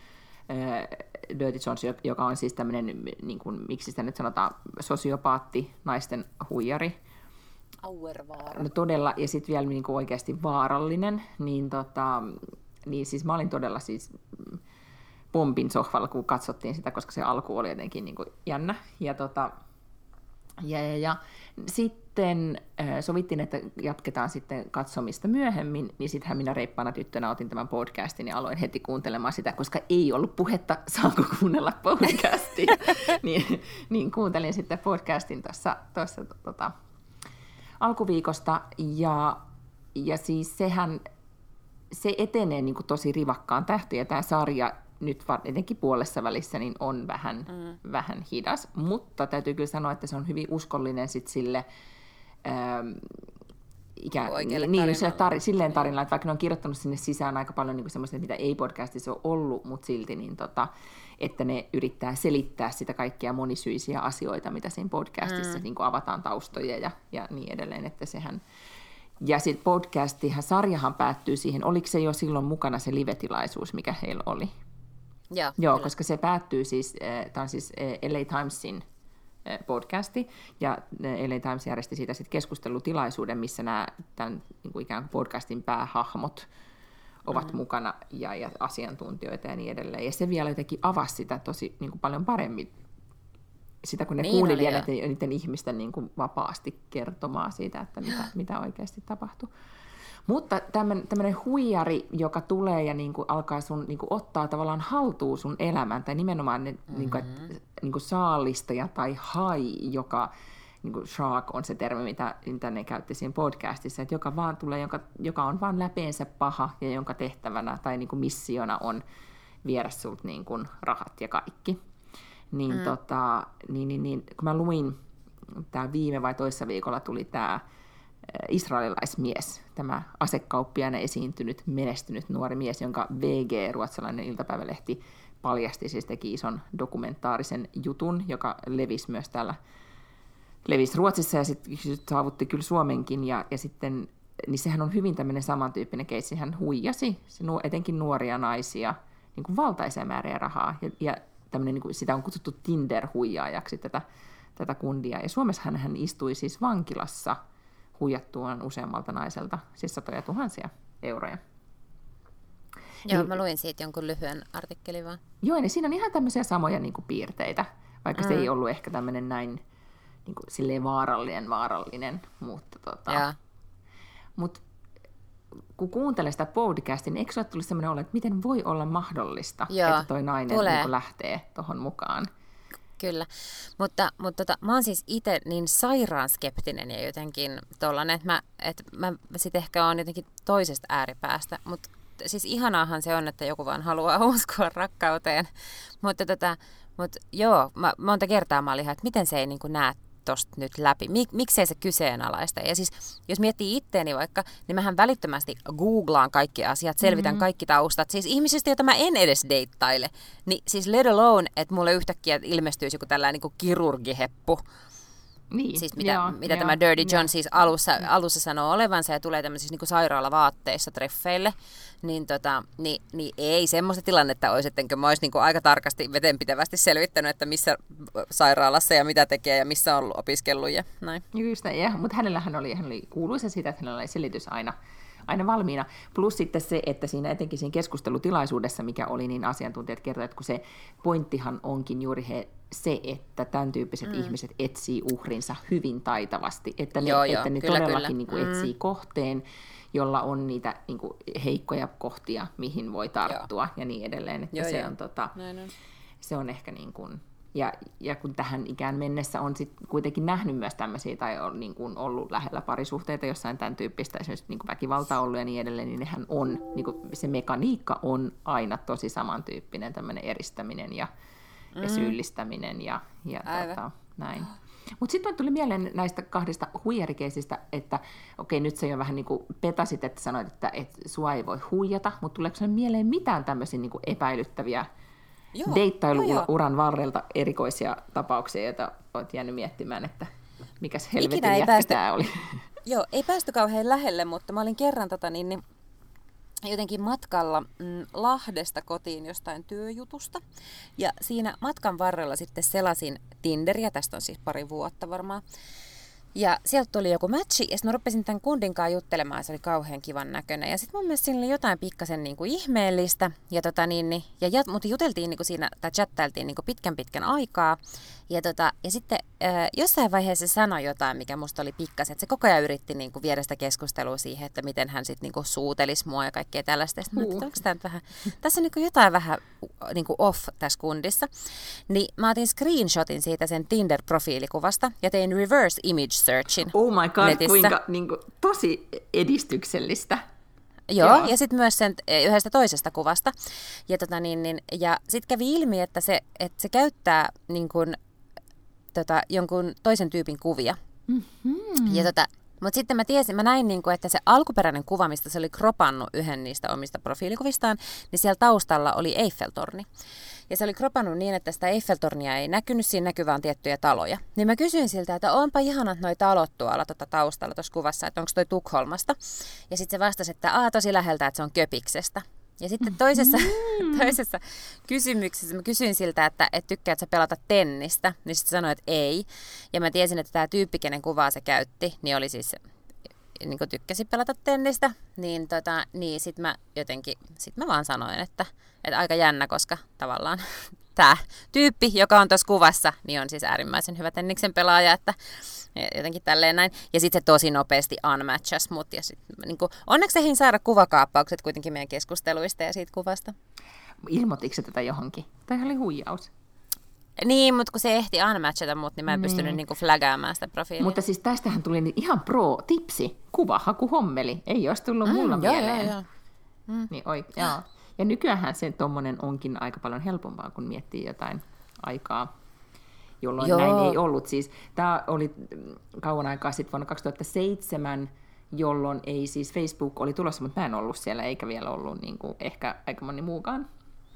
Dirty John, joka on siis tämmöinen, niin kuin, miksi sitä nyt sanotaan, sosiopaatti, naisten huijari. Auervaara. No todella, ja sitten vielä niin kuin oikeasti vaarallinen, niin, tota, niin siis mä olin todella siis pompin sohvalla, kun katsottiin sitä, koska se alku oli jotenkin niin kuin jännä. Ja, tota, ja, ja, ja sitten äh, sovittiin, että jatketaan sitten katsomista myöhemmin, niin sittenhän minä reippaana tyttönä otin tämän podcastin ja aloin heti kuuntelemaan sitä, koska ei ollut puhetta, saanko kuunnella podcastia, niin, niin kuuntelin sitten podcastin tuossa, tuossa tota, alkuviikosta, ja, ja siis sehän, se etenee niin kuin tosi rivakkaan tähtiin, ja tämä sarja nyt etenkin puolessa välissä niin on vähän, mm. vähän hidas, mutta täytyy kyllä sanoa, että se on hyvin uskollinen sit sille ähm, ikään, niin, sille tar- silleen tarinalla, että vaikka ne on kirjoittanut sinne sisään aika paljon niin semmoista, mitä ei podcastissa ole ollut, mutta silti, niin tota, että ne yrittää selittää sitä kaikkia monisyisiä asioita, mitä siinä podcastissa mm. niin avataan taustoja ja, ja niin edelleen, että sehän Ja sitten podcastihan, sarjahan päättyy siihen, oliko se jo silloin mukana se live-tilaisuus, mikä heillä oli? Joo, Joo, kyllä. koska se päättyy siis, tämä on siis L A Timesin podcasti, ja L A Times järjesti siitä sitten keskustelutilaisuuden, missä nämä tämän niin kuin ikään kuin podcastin päähahmot ovat mm-hmm. mukana, ja, ja asiantuntijoita ja niin edelleen. Ja se vielä jotenkin avasi sitä tosi niin kuin paljon paremmin, sitä kun ne niin kuuli vielä niiden ihmisten niin kuin vapaasti kertomaan siitä, että mitä, mitä oikeasti tapahtuu. Mutta tämmöinen huijari, joka tulee ja niin kuin alkaa sun, niin kuin ottaa tavallaan haltuun sun elämän, tai nimenomaan ne, mm-hmm. niin kuin, että, niin kuin saalistaja tai hai, joka, niin kuin shark on se termi, mitä, mitä ne käytti siinä podcastissa, että joka, vaan tulee, joka, joka on vaan läpeensä paha ja jonka tehtävänä tai niin kuin missiona on viedä sulta niin kuin rahat ja kaikki. Niin, mm. tota, niin, niin, niin kun mä luin, tämä viime vai toissa viikolla tuli tämä israelilaismies, tämä asekauppiaana esiintynyt, menestynyt nuori mies, jonka V G, ruotsalainen iltapäivälehti, paljasti, siis teki ison dokumentaarisen jutun, joka levisi myös täällä, levisi Ruotsissa ja sitten sit saavutti kyllä Suomenkin, ja, ja sitten, niin sehän on hyvin tämmöinen samantyyppinen keissi, hän huijasi etenkin nuoria naisia niin kuin valtaisia määriä rahaa, ja, ja tämmöinen, niin kuin, sitä on kutsuttu Tinder-huijaajaksi tätä, tätä kundia, ja Suomessahan hän istui siis vankilassa huijattuaan useammalta naiselta, siis satoja tuhansia euroja. Joo, niin, mä luin siitä jonkun lyhyen artikkelin vaan. Joo, niin siinä on ihan tämmöisiä samoja niin kuin piirteitä, vaikka mm. se ei ollut ehkä tämmöinen näin niin kuin, silleen vaarallinen, vaarallinen, mutta tota, mut, kun kuuntelee sitä podcastia, niin eikö sulle tullut semmoinen olo, että miten voi olla mahdollista, Joo, että toi nainen niin kuin lähtee tuohon mukaan? Kyllä, mutta, mutta tota, mä oon siis itse niin sairaan skeptinen ja jotenkin tollanen, että mä, et mä sit ehkä oon jotenkin toisesta ääripäästä, mutta siis ihanaahan se on, että joku vaan haluaa uskoa rakkauteen, mutta tota, mut joo, mä, monta kertaa mä olin ihan, että miten se ei niin kuin näe tosta nyt läpi, Mik, miksei se kyseenalaista. Ja siis, jos miettii itteeni vaikka, niin mähän välittömästi googlaan kaikki asiat, selvitän mm-hmm. kaikki taustat. Siis ihmisistä, joita mä en edes deittaile, niin siis let alone, että mulle yhtäkkiä ilmestyisi joku tällainen niin kuin kirurgiheppu. Niin, siis mitä, joo, mitä joo, tämä Dirty John joo. siis alussa, alussa sanoo olevansa ja tulee tämmöisissä niin kuin sairaalavaatteissa treffeille, niin, tota, niin, niin ei semmoista tilannetta olisi, ettenkö mä olisi niin kuin aika tarkasti vetenpitävästi selvittänyt, että missä sairaalassa ja mitä tekee ja missä on opiskellut ja näin. Just näin, mutta hänellähän oli, hän oli kuuluisa siitä, että hänellä oli selitys aina, aina valmiina. Plus sitten se, että siinä etenkin siinä keskustelutilaisuudessa, mikä oli, niin asiantuntijat kertoivat, että kun se pointtihan onkin juuri he, se, että tämän tyyppiset mm. ihmiset etsii uhrinsa hyvin taitavasti, että ne, joo, että joo, ne kyllä, todellakin kyllä. Niin kuin mm. etsii kohteen, jolla on niitä niin kuin heikkoja kohtia, mihin voi tarttua joo. ja niin edelleen. Että joo, se, joo. on, tota, on. se on ehkä niin kuin, ja, ja kun tähän ikään mennessä on sit kuitenkin nähnyt myös tämmöisiä, tai on niin kuin ollut lähellä parisuhteita, jossain tämän tyyppistä, esimerkiksi niin kuin väkivaltaa ollut ja niin edelleen, niin nehän on, niin kuin se mekaniikka on aina tosi samantyyppinen, tämmöinen eristäminen ja, mm. ja syyllistäminen ja, ja tota, näin. Mutta sitten tuli mieleen näistä kahdesta huijarikeisistä, että okei, nyt se jo vähän niin kuin petasit, että sanoit, että et sua ei voi huijata, mutta tuleeko sinulle mieleen mitään tämmöisiä niin kuin epäilyttäviä deittailu-uran varrelta erikoisia tapauksia, joita olet jäänyt miettimään, että mikäs helvetin jätkä päästy, tämä oli? Joo, ei päästy kauhean lähelle, mutta mä olin kerran tota, niin, niin, jotenkin matkalla mm, Lahdesta kotiin jostain työjutusta. Ja siinä matkan varrella sitten selasin Tinderiä, tästä on siis pari vuotta varmaan. Ja sieltä tuli joku matchi, ja sitten mä rupesin tämän kundin kanssa juttelemaan, se oli kauhean kivan näköinen. Ja sitten mun mielestä siinä oli jotain pikkasen niinku ihmeellistä, ja tota niin, niin, ja jat, mutta juteltiin niinku siinä, tai chattailtiin niinku pitkän pitkän aikaa. Ja, tota, ja sitten äh, jossain vaiheessa se sanoi jotain, mikä musta oli pikkasen, että se koko ajan yritti niinku viedä sitä keskustelua siihen, että miten hän sitten niinku suutelisi mua ja kaikkea tällaista. Sitten uh. mä ajattelin, että onko tämä vähän, tässä on niinku jotain vähän niinku off tässä kundissa. Niin mä otin screenshotin siitä sen Tinder-profiilikuvasta, ja tein reverse image searchin oh my god, netissä. Kuinka niin kuin, tosi edistyksellistä. Joo, Joo. ja sitten myös sen yhdestä toisesta kuvasta. Ja, tota, niin, niin, ja sitten kävi ilmi, että se, että se käyttää niin kun, tota, jonkun toisen tyypin kuvia. Mm-hmm. Ja, tota, mutta sitten mä tiesin, mä näin, niin kun, että se alkuperäinen kuva, mistä se oli kropannut yhden niistä omista profiilikuvistaan, niin siellä taustalla oli Eiffeltorni. ja se oli kropannut niin, että sitä Eiffeltornia ei näkynyt, siinä näkyy vaan tiettyjä taloja. Niin mä kysyin siltä, että onpa ihanat noi talot tuolla tota taustalla tuossa kuvassa, että onko toi Tukholmasta. Ja sitten se vastasi, että aa tosi läheltä, että se on Köpiksestä. Ja sitten toisessa, mm. toisessa kysymyksessä mä kysyin siltä, että et tykkäätkö sä pelata tennistä, niin sitten sanoi, että ei. Ja mä tiesin, että tämä tyyppi, kenen kuvaa se käytti, niin oli siis, niin kuin tykkäsi pelata tennistä, niin, tota, niin sitten mä jotenkin, sit mä vaan sanoin, että, että aika jännä, koska tavallaan tämä tyyppi, joka on tuossa kuvassa, niin on siis äärimmäisen hyvä tenniksen pelaaja, että jotenkin tälleen näin. Ja sitten se tosi nopeasti unmatchas mut. Ja sit, niin kuin, onneksi ehdin saada kuvakaappaukset kuitenkin meidän keskusteluista ja siitä kuvasta. Ilmoititko se tätä johonkin? Tämä oli huijaus. Niin, mutta kun se ehti unmatchata mut, niin mä en niin. pystynyt niin kuin flagaamaan sitä profiilia. Mutta siis tästähän tuli ihan pro-tipsi. Kuvahakuhommeli. Ei olisi tullut mm, mulla joo, mieleen. Joo, joo. Mm. Niin, oi, joo. Ja nykyäänhän se tommonen onkin aika paljon helpompaa, kun miettii jotain aikaa, jolloin joo. näin ei ollut. Siis, tämä oli kauan aikaa sitten vuonna kaksituhattaseitsemän, jolloin ei siis Facebook oli tulossa, mutta mä en ollut siellä, eikä vielä ollut niin kuin, ehkä aika moni muukaan.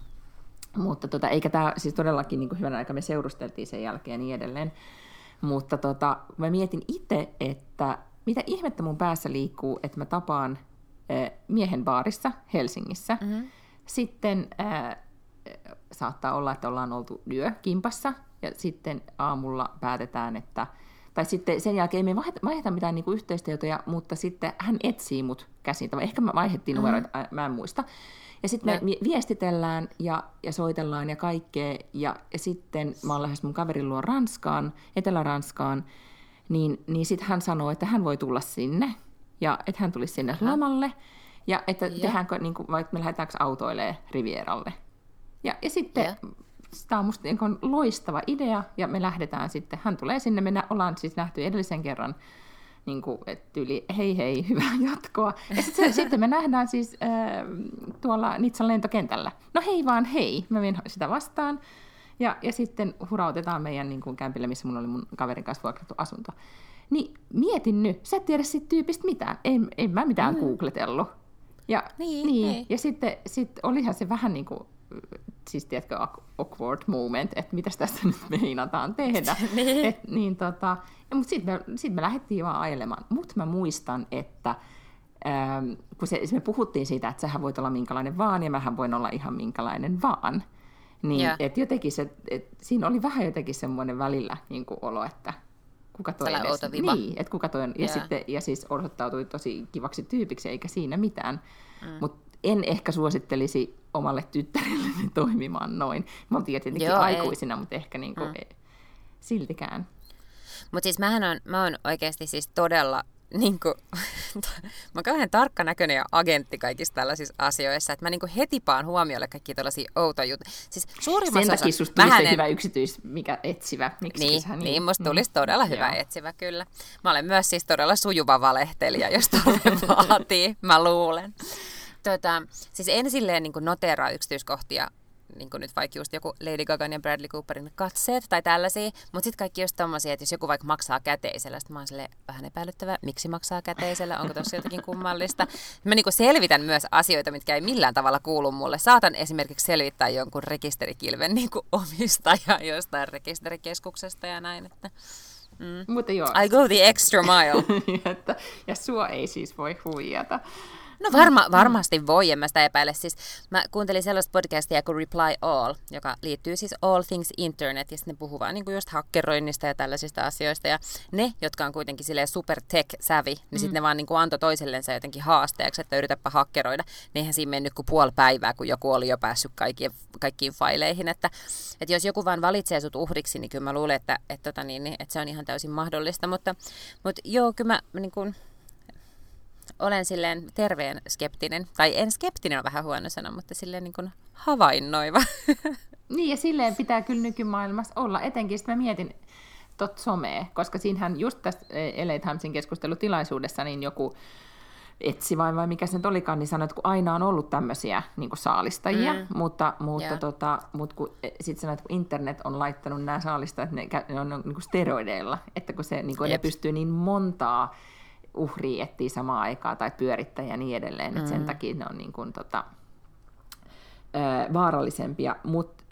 Mutta tota, eikä tämä siis todellakin niin kuin hyvän aikaa me seurusteltiin sen jälkeen ja niin edelleen. Mutta tota, mä mietin itse, että mitä ihmettä mun päässä liikkuu, että mä tapaan äh, miehen baarissa Helsingissä. Mm-hmm. Sitten äh, saattaa olla, että ollaan oltu yö kimpassa ja sitten aamulla päätetään, että tai sitten sen jälkeen ei me vaiheta mitään niinku yhteistyötä, mutta sitten hän etsii mut käsin. Ehkä me vaihdettiin numeroita, mm-hmm. mä en muista. Ja sitten me viestitellään ja, ja soitellaan ja kaikkea. Ja, ja sitten mä oon lähes mun kaverin luo Ranskaan, Etelä-Ranskaan. Niin, niin sitten hän sanoo, että hän voi tulla sinne. Ja että hän tulisi sinne Aha. lomalle. Ja että ja. tehdäänkö, niin kuin, vai me lähdetäänkö autoilemaan Rivieralle. Ja, ja sitten... Ja. Tämä on musta niin loistava idea, ja me lähdetään sitten. Hän tulee sinne, me ollaan siis nähty edellisen kerran, niin kuin, että yli hei hei, hyvää jatkoa. Ja sitten, sitten me nähdään siis äh, tuolla Nitsan lentokentällä. No hei vaan hei, mä menen sitä vastaan. Ja, ja sitten hurautetaan meidän niin kuin kämpille, missä mulla oli mun kaverin kanssa vuokrattu asunto. Niin mietin nyt, sä et tiedä siitä tyypistä mitään. En, en mä mitään mm. googletellut. Ja, niin, niin, niin. ja sitten sit olihan se vähän niin kuin, siis tiedätkö, awkward moment, että mitäs tästä nyt meinataan tehdä. niin. Et, niin, tota, mutta sitten me, sit me lähdettiin vaan ajelemaan. Mutta mä muistan, että ähm, kun se, me puhuttiin siitä, että sähän voit olla minkälainen vaan, ja mähän voin olla ihan minkälainen vaan. Niin, yeah. että jotenkin se, et, siinä oli vähän jotenkin semmoinen välillä niin kuin olo, että kuka toi edes, outo viba. Niin, että kuka toi on. Ja, sitten, ja siis osoittautui tosi kivaksi tyypiksi, eikä siinä mitään. Mm. Mutta en ehkä suosittelisi omalle tyttärelleni toimimaan noin. Mä oltiin tietenkin Joo, aikuisina, ei. mutta ehkä niinku, mm. ei, siltikään. Mutta siis mähän on, mä oon oikeasti siis todella, niinku, mä oon kauhean tarkkanäköinen ja agentti kaikissa tällaisissa asioissa, että mä niinku heti paan huomiolle kaikki tällaisia outoja juttuja. Siis sen takia susta tuli se hyvä yksityis, mikä etsivä. Miksi niin, niin, niin, musta tulisi mm. todella hyvä Joo. etsivä, kyllä. Mä olen myös siis todella sujuva valehtelija, jos tarve vaatii, mä luulen. Tota, siis en silleen niin kuin noteraa yksityiskohtia, niin kuin nyt vaikka just joku Lady Gagan ja Bradley Cooperin katseet tai tällaisia, mutta sitten kaikki just tommosia, että jos joku vaikka maksaa käteisellä, sitten mä oon silleen vähän epäilyttävä, miksi maksaa käteisellä, onko tuossa jotakin kummallista. Mä niin kuin selvitän myös asioita, mitkä ei millään tavalla kuulu mulle. Saatan esimerkiksi selvittää jonkun rekisterikilven niin kuin omistaja jostain rekisterikeskuksesta ja näin, että... Mm. Mutta joo. I go the extra mile. Ja sua ei siis voi huijata. No varma, varmasti voi, en mä sitä epäile. Siis mä kuuntelin sellaista podcastia kuin Reply All, joka liittyy siis All Things Internet, ja sitten ne puhuu vaan niin kuin just hakkeroinnista ja tällaisista asioista. Ja ne, jotka on kuitenkin silleen super tech-sävi, niin mm. sitten ne vaan niin kuin antoi toisellensa jotenkin haasteeksi, että yritäpä hakkeroida. Niin eihän siinä mennyt kuin puoli päivää, kun joku oli jo päässyt kaikkiin, kaikkiin faileihin. Että, että jos joku vaan valitsee sut uhriksi, niin kyllä mä luulen, että, että, että, niin, että se on ihan täysin mahdollista. Mutta, mutta joo, kyllä mä niin kuin... olen silleen terveen skeptinen, tai en skeptinen on vähän huono sana, mutta silleen niin kuin havainnoiva. Niin, ja silleen pitää kyllä nykymaailmassa olla. Etenkin sitten mä mietin tot somea, koska siinähän just tässä L A Timesin keskustelutilaisuudessa niin joku etsi vai, vai mikä se nyt olikaan, niin sanoi, että kun aina on ollut tämmöisiä niin kuin saalistajia, mm. mutta, mutta, tota, mutta kun sitten sanoi, että kun internet on laittanut nämä saalistajat, ne, ne on niin kuin steroideilla, että kun se, niin kuin ne pystyy niin montaa uhria etsii samaan aikaan tai pyörittäjä ja niin edelleen, mm. että sen takia ne on niin kuin, tota, ö, vaarallisempia. Mutta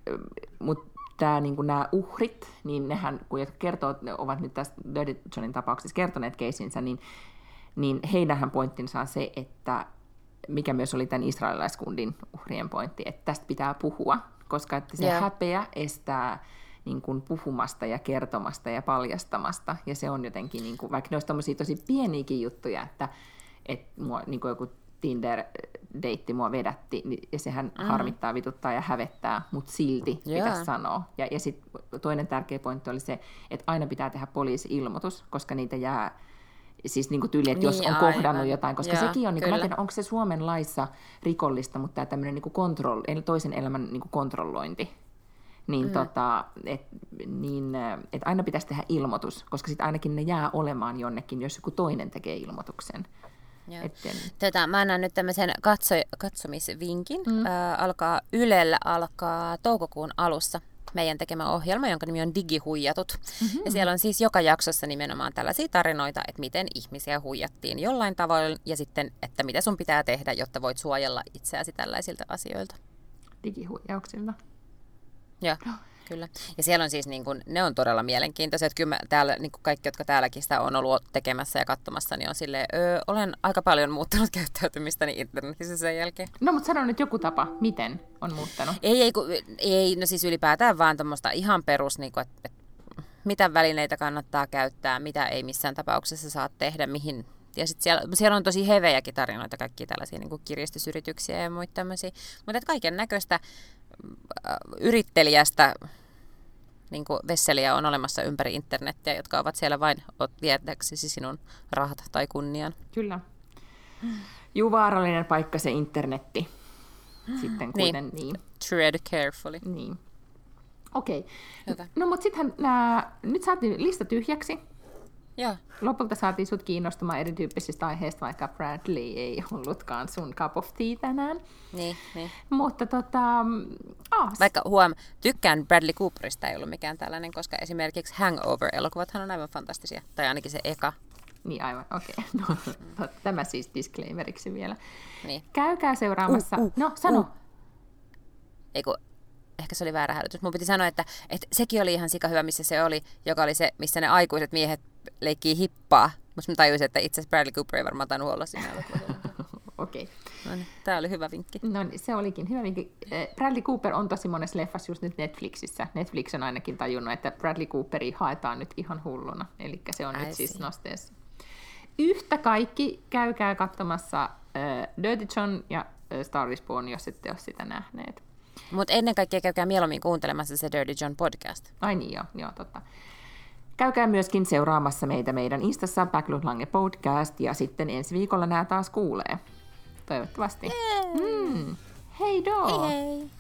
mut tää, niin nämä uhrit, niin nehän, kun jotka kertoo, ne ovat nyt tässä Dirty Johnin tapauksessa kertoneet keisinsä, niin, niin heidänhän pointtinsa on se, että mikä myös oli tämän israelilaiskundin uhrien pointti, että tästä pitää puhua, koska että se yeah. häpeä estää niin kuin puhumasta ja kertomasta ja paljastamasta, ja se on jotenkin, niin kuin, vaikka ne olisi tommosia tosi pieniäkin juttuja, että, että mua, niin kuin joku Tinder-deitti mua vedätti, ja sehän mm-hmm. harmittaa, vituttaa ja hävettää, mutta silti yeah. pitäisi sanoa. Ja, ja sitten toinen tärkeä pointti oli se, että aina pitää tehdä poliisi-ilmoitus, koska niitä jää, siis niin kuin tyyli, että niin, jos on aivan. kohdannut jotain, koska yeah, sekin on, niin kuin, mä en tiedä, onko se Suomen laissa rikollista, mutta tämä tämmöinen niin kuin kontroll, toisen elämän niin kuin kontrollointi, niin, mm. tota, et, niin et aina pitäisi tehdä ilmoitus, koska sitten ainakin ne jää olemaan jonnekin, jos joku toinen tekee ilmoituksen. Etten... Tätä, mä annan nyt tämmöisen katso, katsomisvinkin. Mm. Ä, alkaa Ylellä alkaa toukokuun alussa meidän tekemä ohjelma, jonka nimi on Digihuijatut. Mm-hmm. Ja siellä on siis joka jaksossa nimenomaan tällaisia tarinoita, että miten ihmisiä huijattiin jollain tavoin ja sitten, että mitä sun pitää tehdä, jotta voit suojella itseäsi tällaisilta asioilta. Digihuijauksilta. Joo. Kyllä. Ja siellä on siis, niin kuin, ne on todella mielenkiintoisia, että kyllä mä täällä, niin kuin kaikki, jotka täälläkin sitä on ollut tekemässä ja katsomassa, niin on silleen, öö, olen aika paljon muuttanut käyttäytymistäni internetissä sen jälkeen. No, mutta sano nyt joku tapa, miten on muuttanut? Ei, ei, ei no siis ylipäätään vaan tuommoista ihan perus, niin kuin, että, että mitä välineitä kannattaa käyttää, mitä ei missään tapauksessa saa tehdä, mihin. Ja sitten siellä, siellä on tosi hevejäkin tarinoita, kaikkia tällaisia niin kuin kiristysyrityksiä ja muita tämmöisiä. Mutta kaiken näköistä äh, yrittelijästä niin kuin vesseliä on olemassa ympäri internettiä, jotka ovat siellä vain viedäksesi sinun rahat tai kunnian. Kyllä. Juu, vaarallinen paikka se internetti. Sitten kuiten niin. niin. Tread carefully. Niin. Okei. Okay. No mutta sittenhän nää, nyt saatiin lista tyhjäksi. Joo. Lopulta saatiin sut kiinnostumaan erityyppisistä aiheista, vaikka Bradley ei ollutkaan sun cup of tea tänään. Niin, niin. Mutta tota... Oh. Vaikka huom, tykkään Bradley Cooperista, ei ollut mikään tällainen, koska esimerkiksi Hangover-elokuvathan on aivan fantastisia. Tai ainakin se eka. Niin aivan, okei. Okay. No, tämä siis disclaimeriksi vielä. Niin. Käykää seuraamassa... Uh, uh, no, sano. Uh. Eiku, ehkä se oli väärä hälytys. Mun piti sanoa, että, että sekin oli ihan sika hyvä, missä se oli, joka oli se, missä ne aikuiset miehet leikkii hippaa. Mutta mä tajusin, että itse asiassa Bradley Cooper ei varmaan tainnut olla siinä elokuvassa. Okei. Okay. No niin, tää oli hyvä vinkki. No niin, se olikin hyvä vinkki. Bradley Cooper on tosi monessa leffassa just nyt Netflixissä. Netflix on ainakin tajunnut, että Bradley Cooperi haetaan nyt ihan hulluna. Eli se on I nyt see. Siis nosteessa. Yhtä kaikki käykää katsomassa uh, Dirty John ja uh, Star is Born, jos ette ole sitä nähneet. Mutta ennen kaikkea käykää mieluummin kuuntelemassa se Dirty John podcast. Ai niin, joo, joo totta. Käykää myöskin seuraamassa meitä meidän Instassa Backlund Lange podcast, ja sitten ensi viikolla nämä taas kuulee. Toivottavasti. Yay. Mm. Hei do! Hei hei!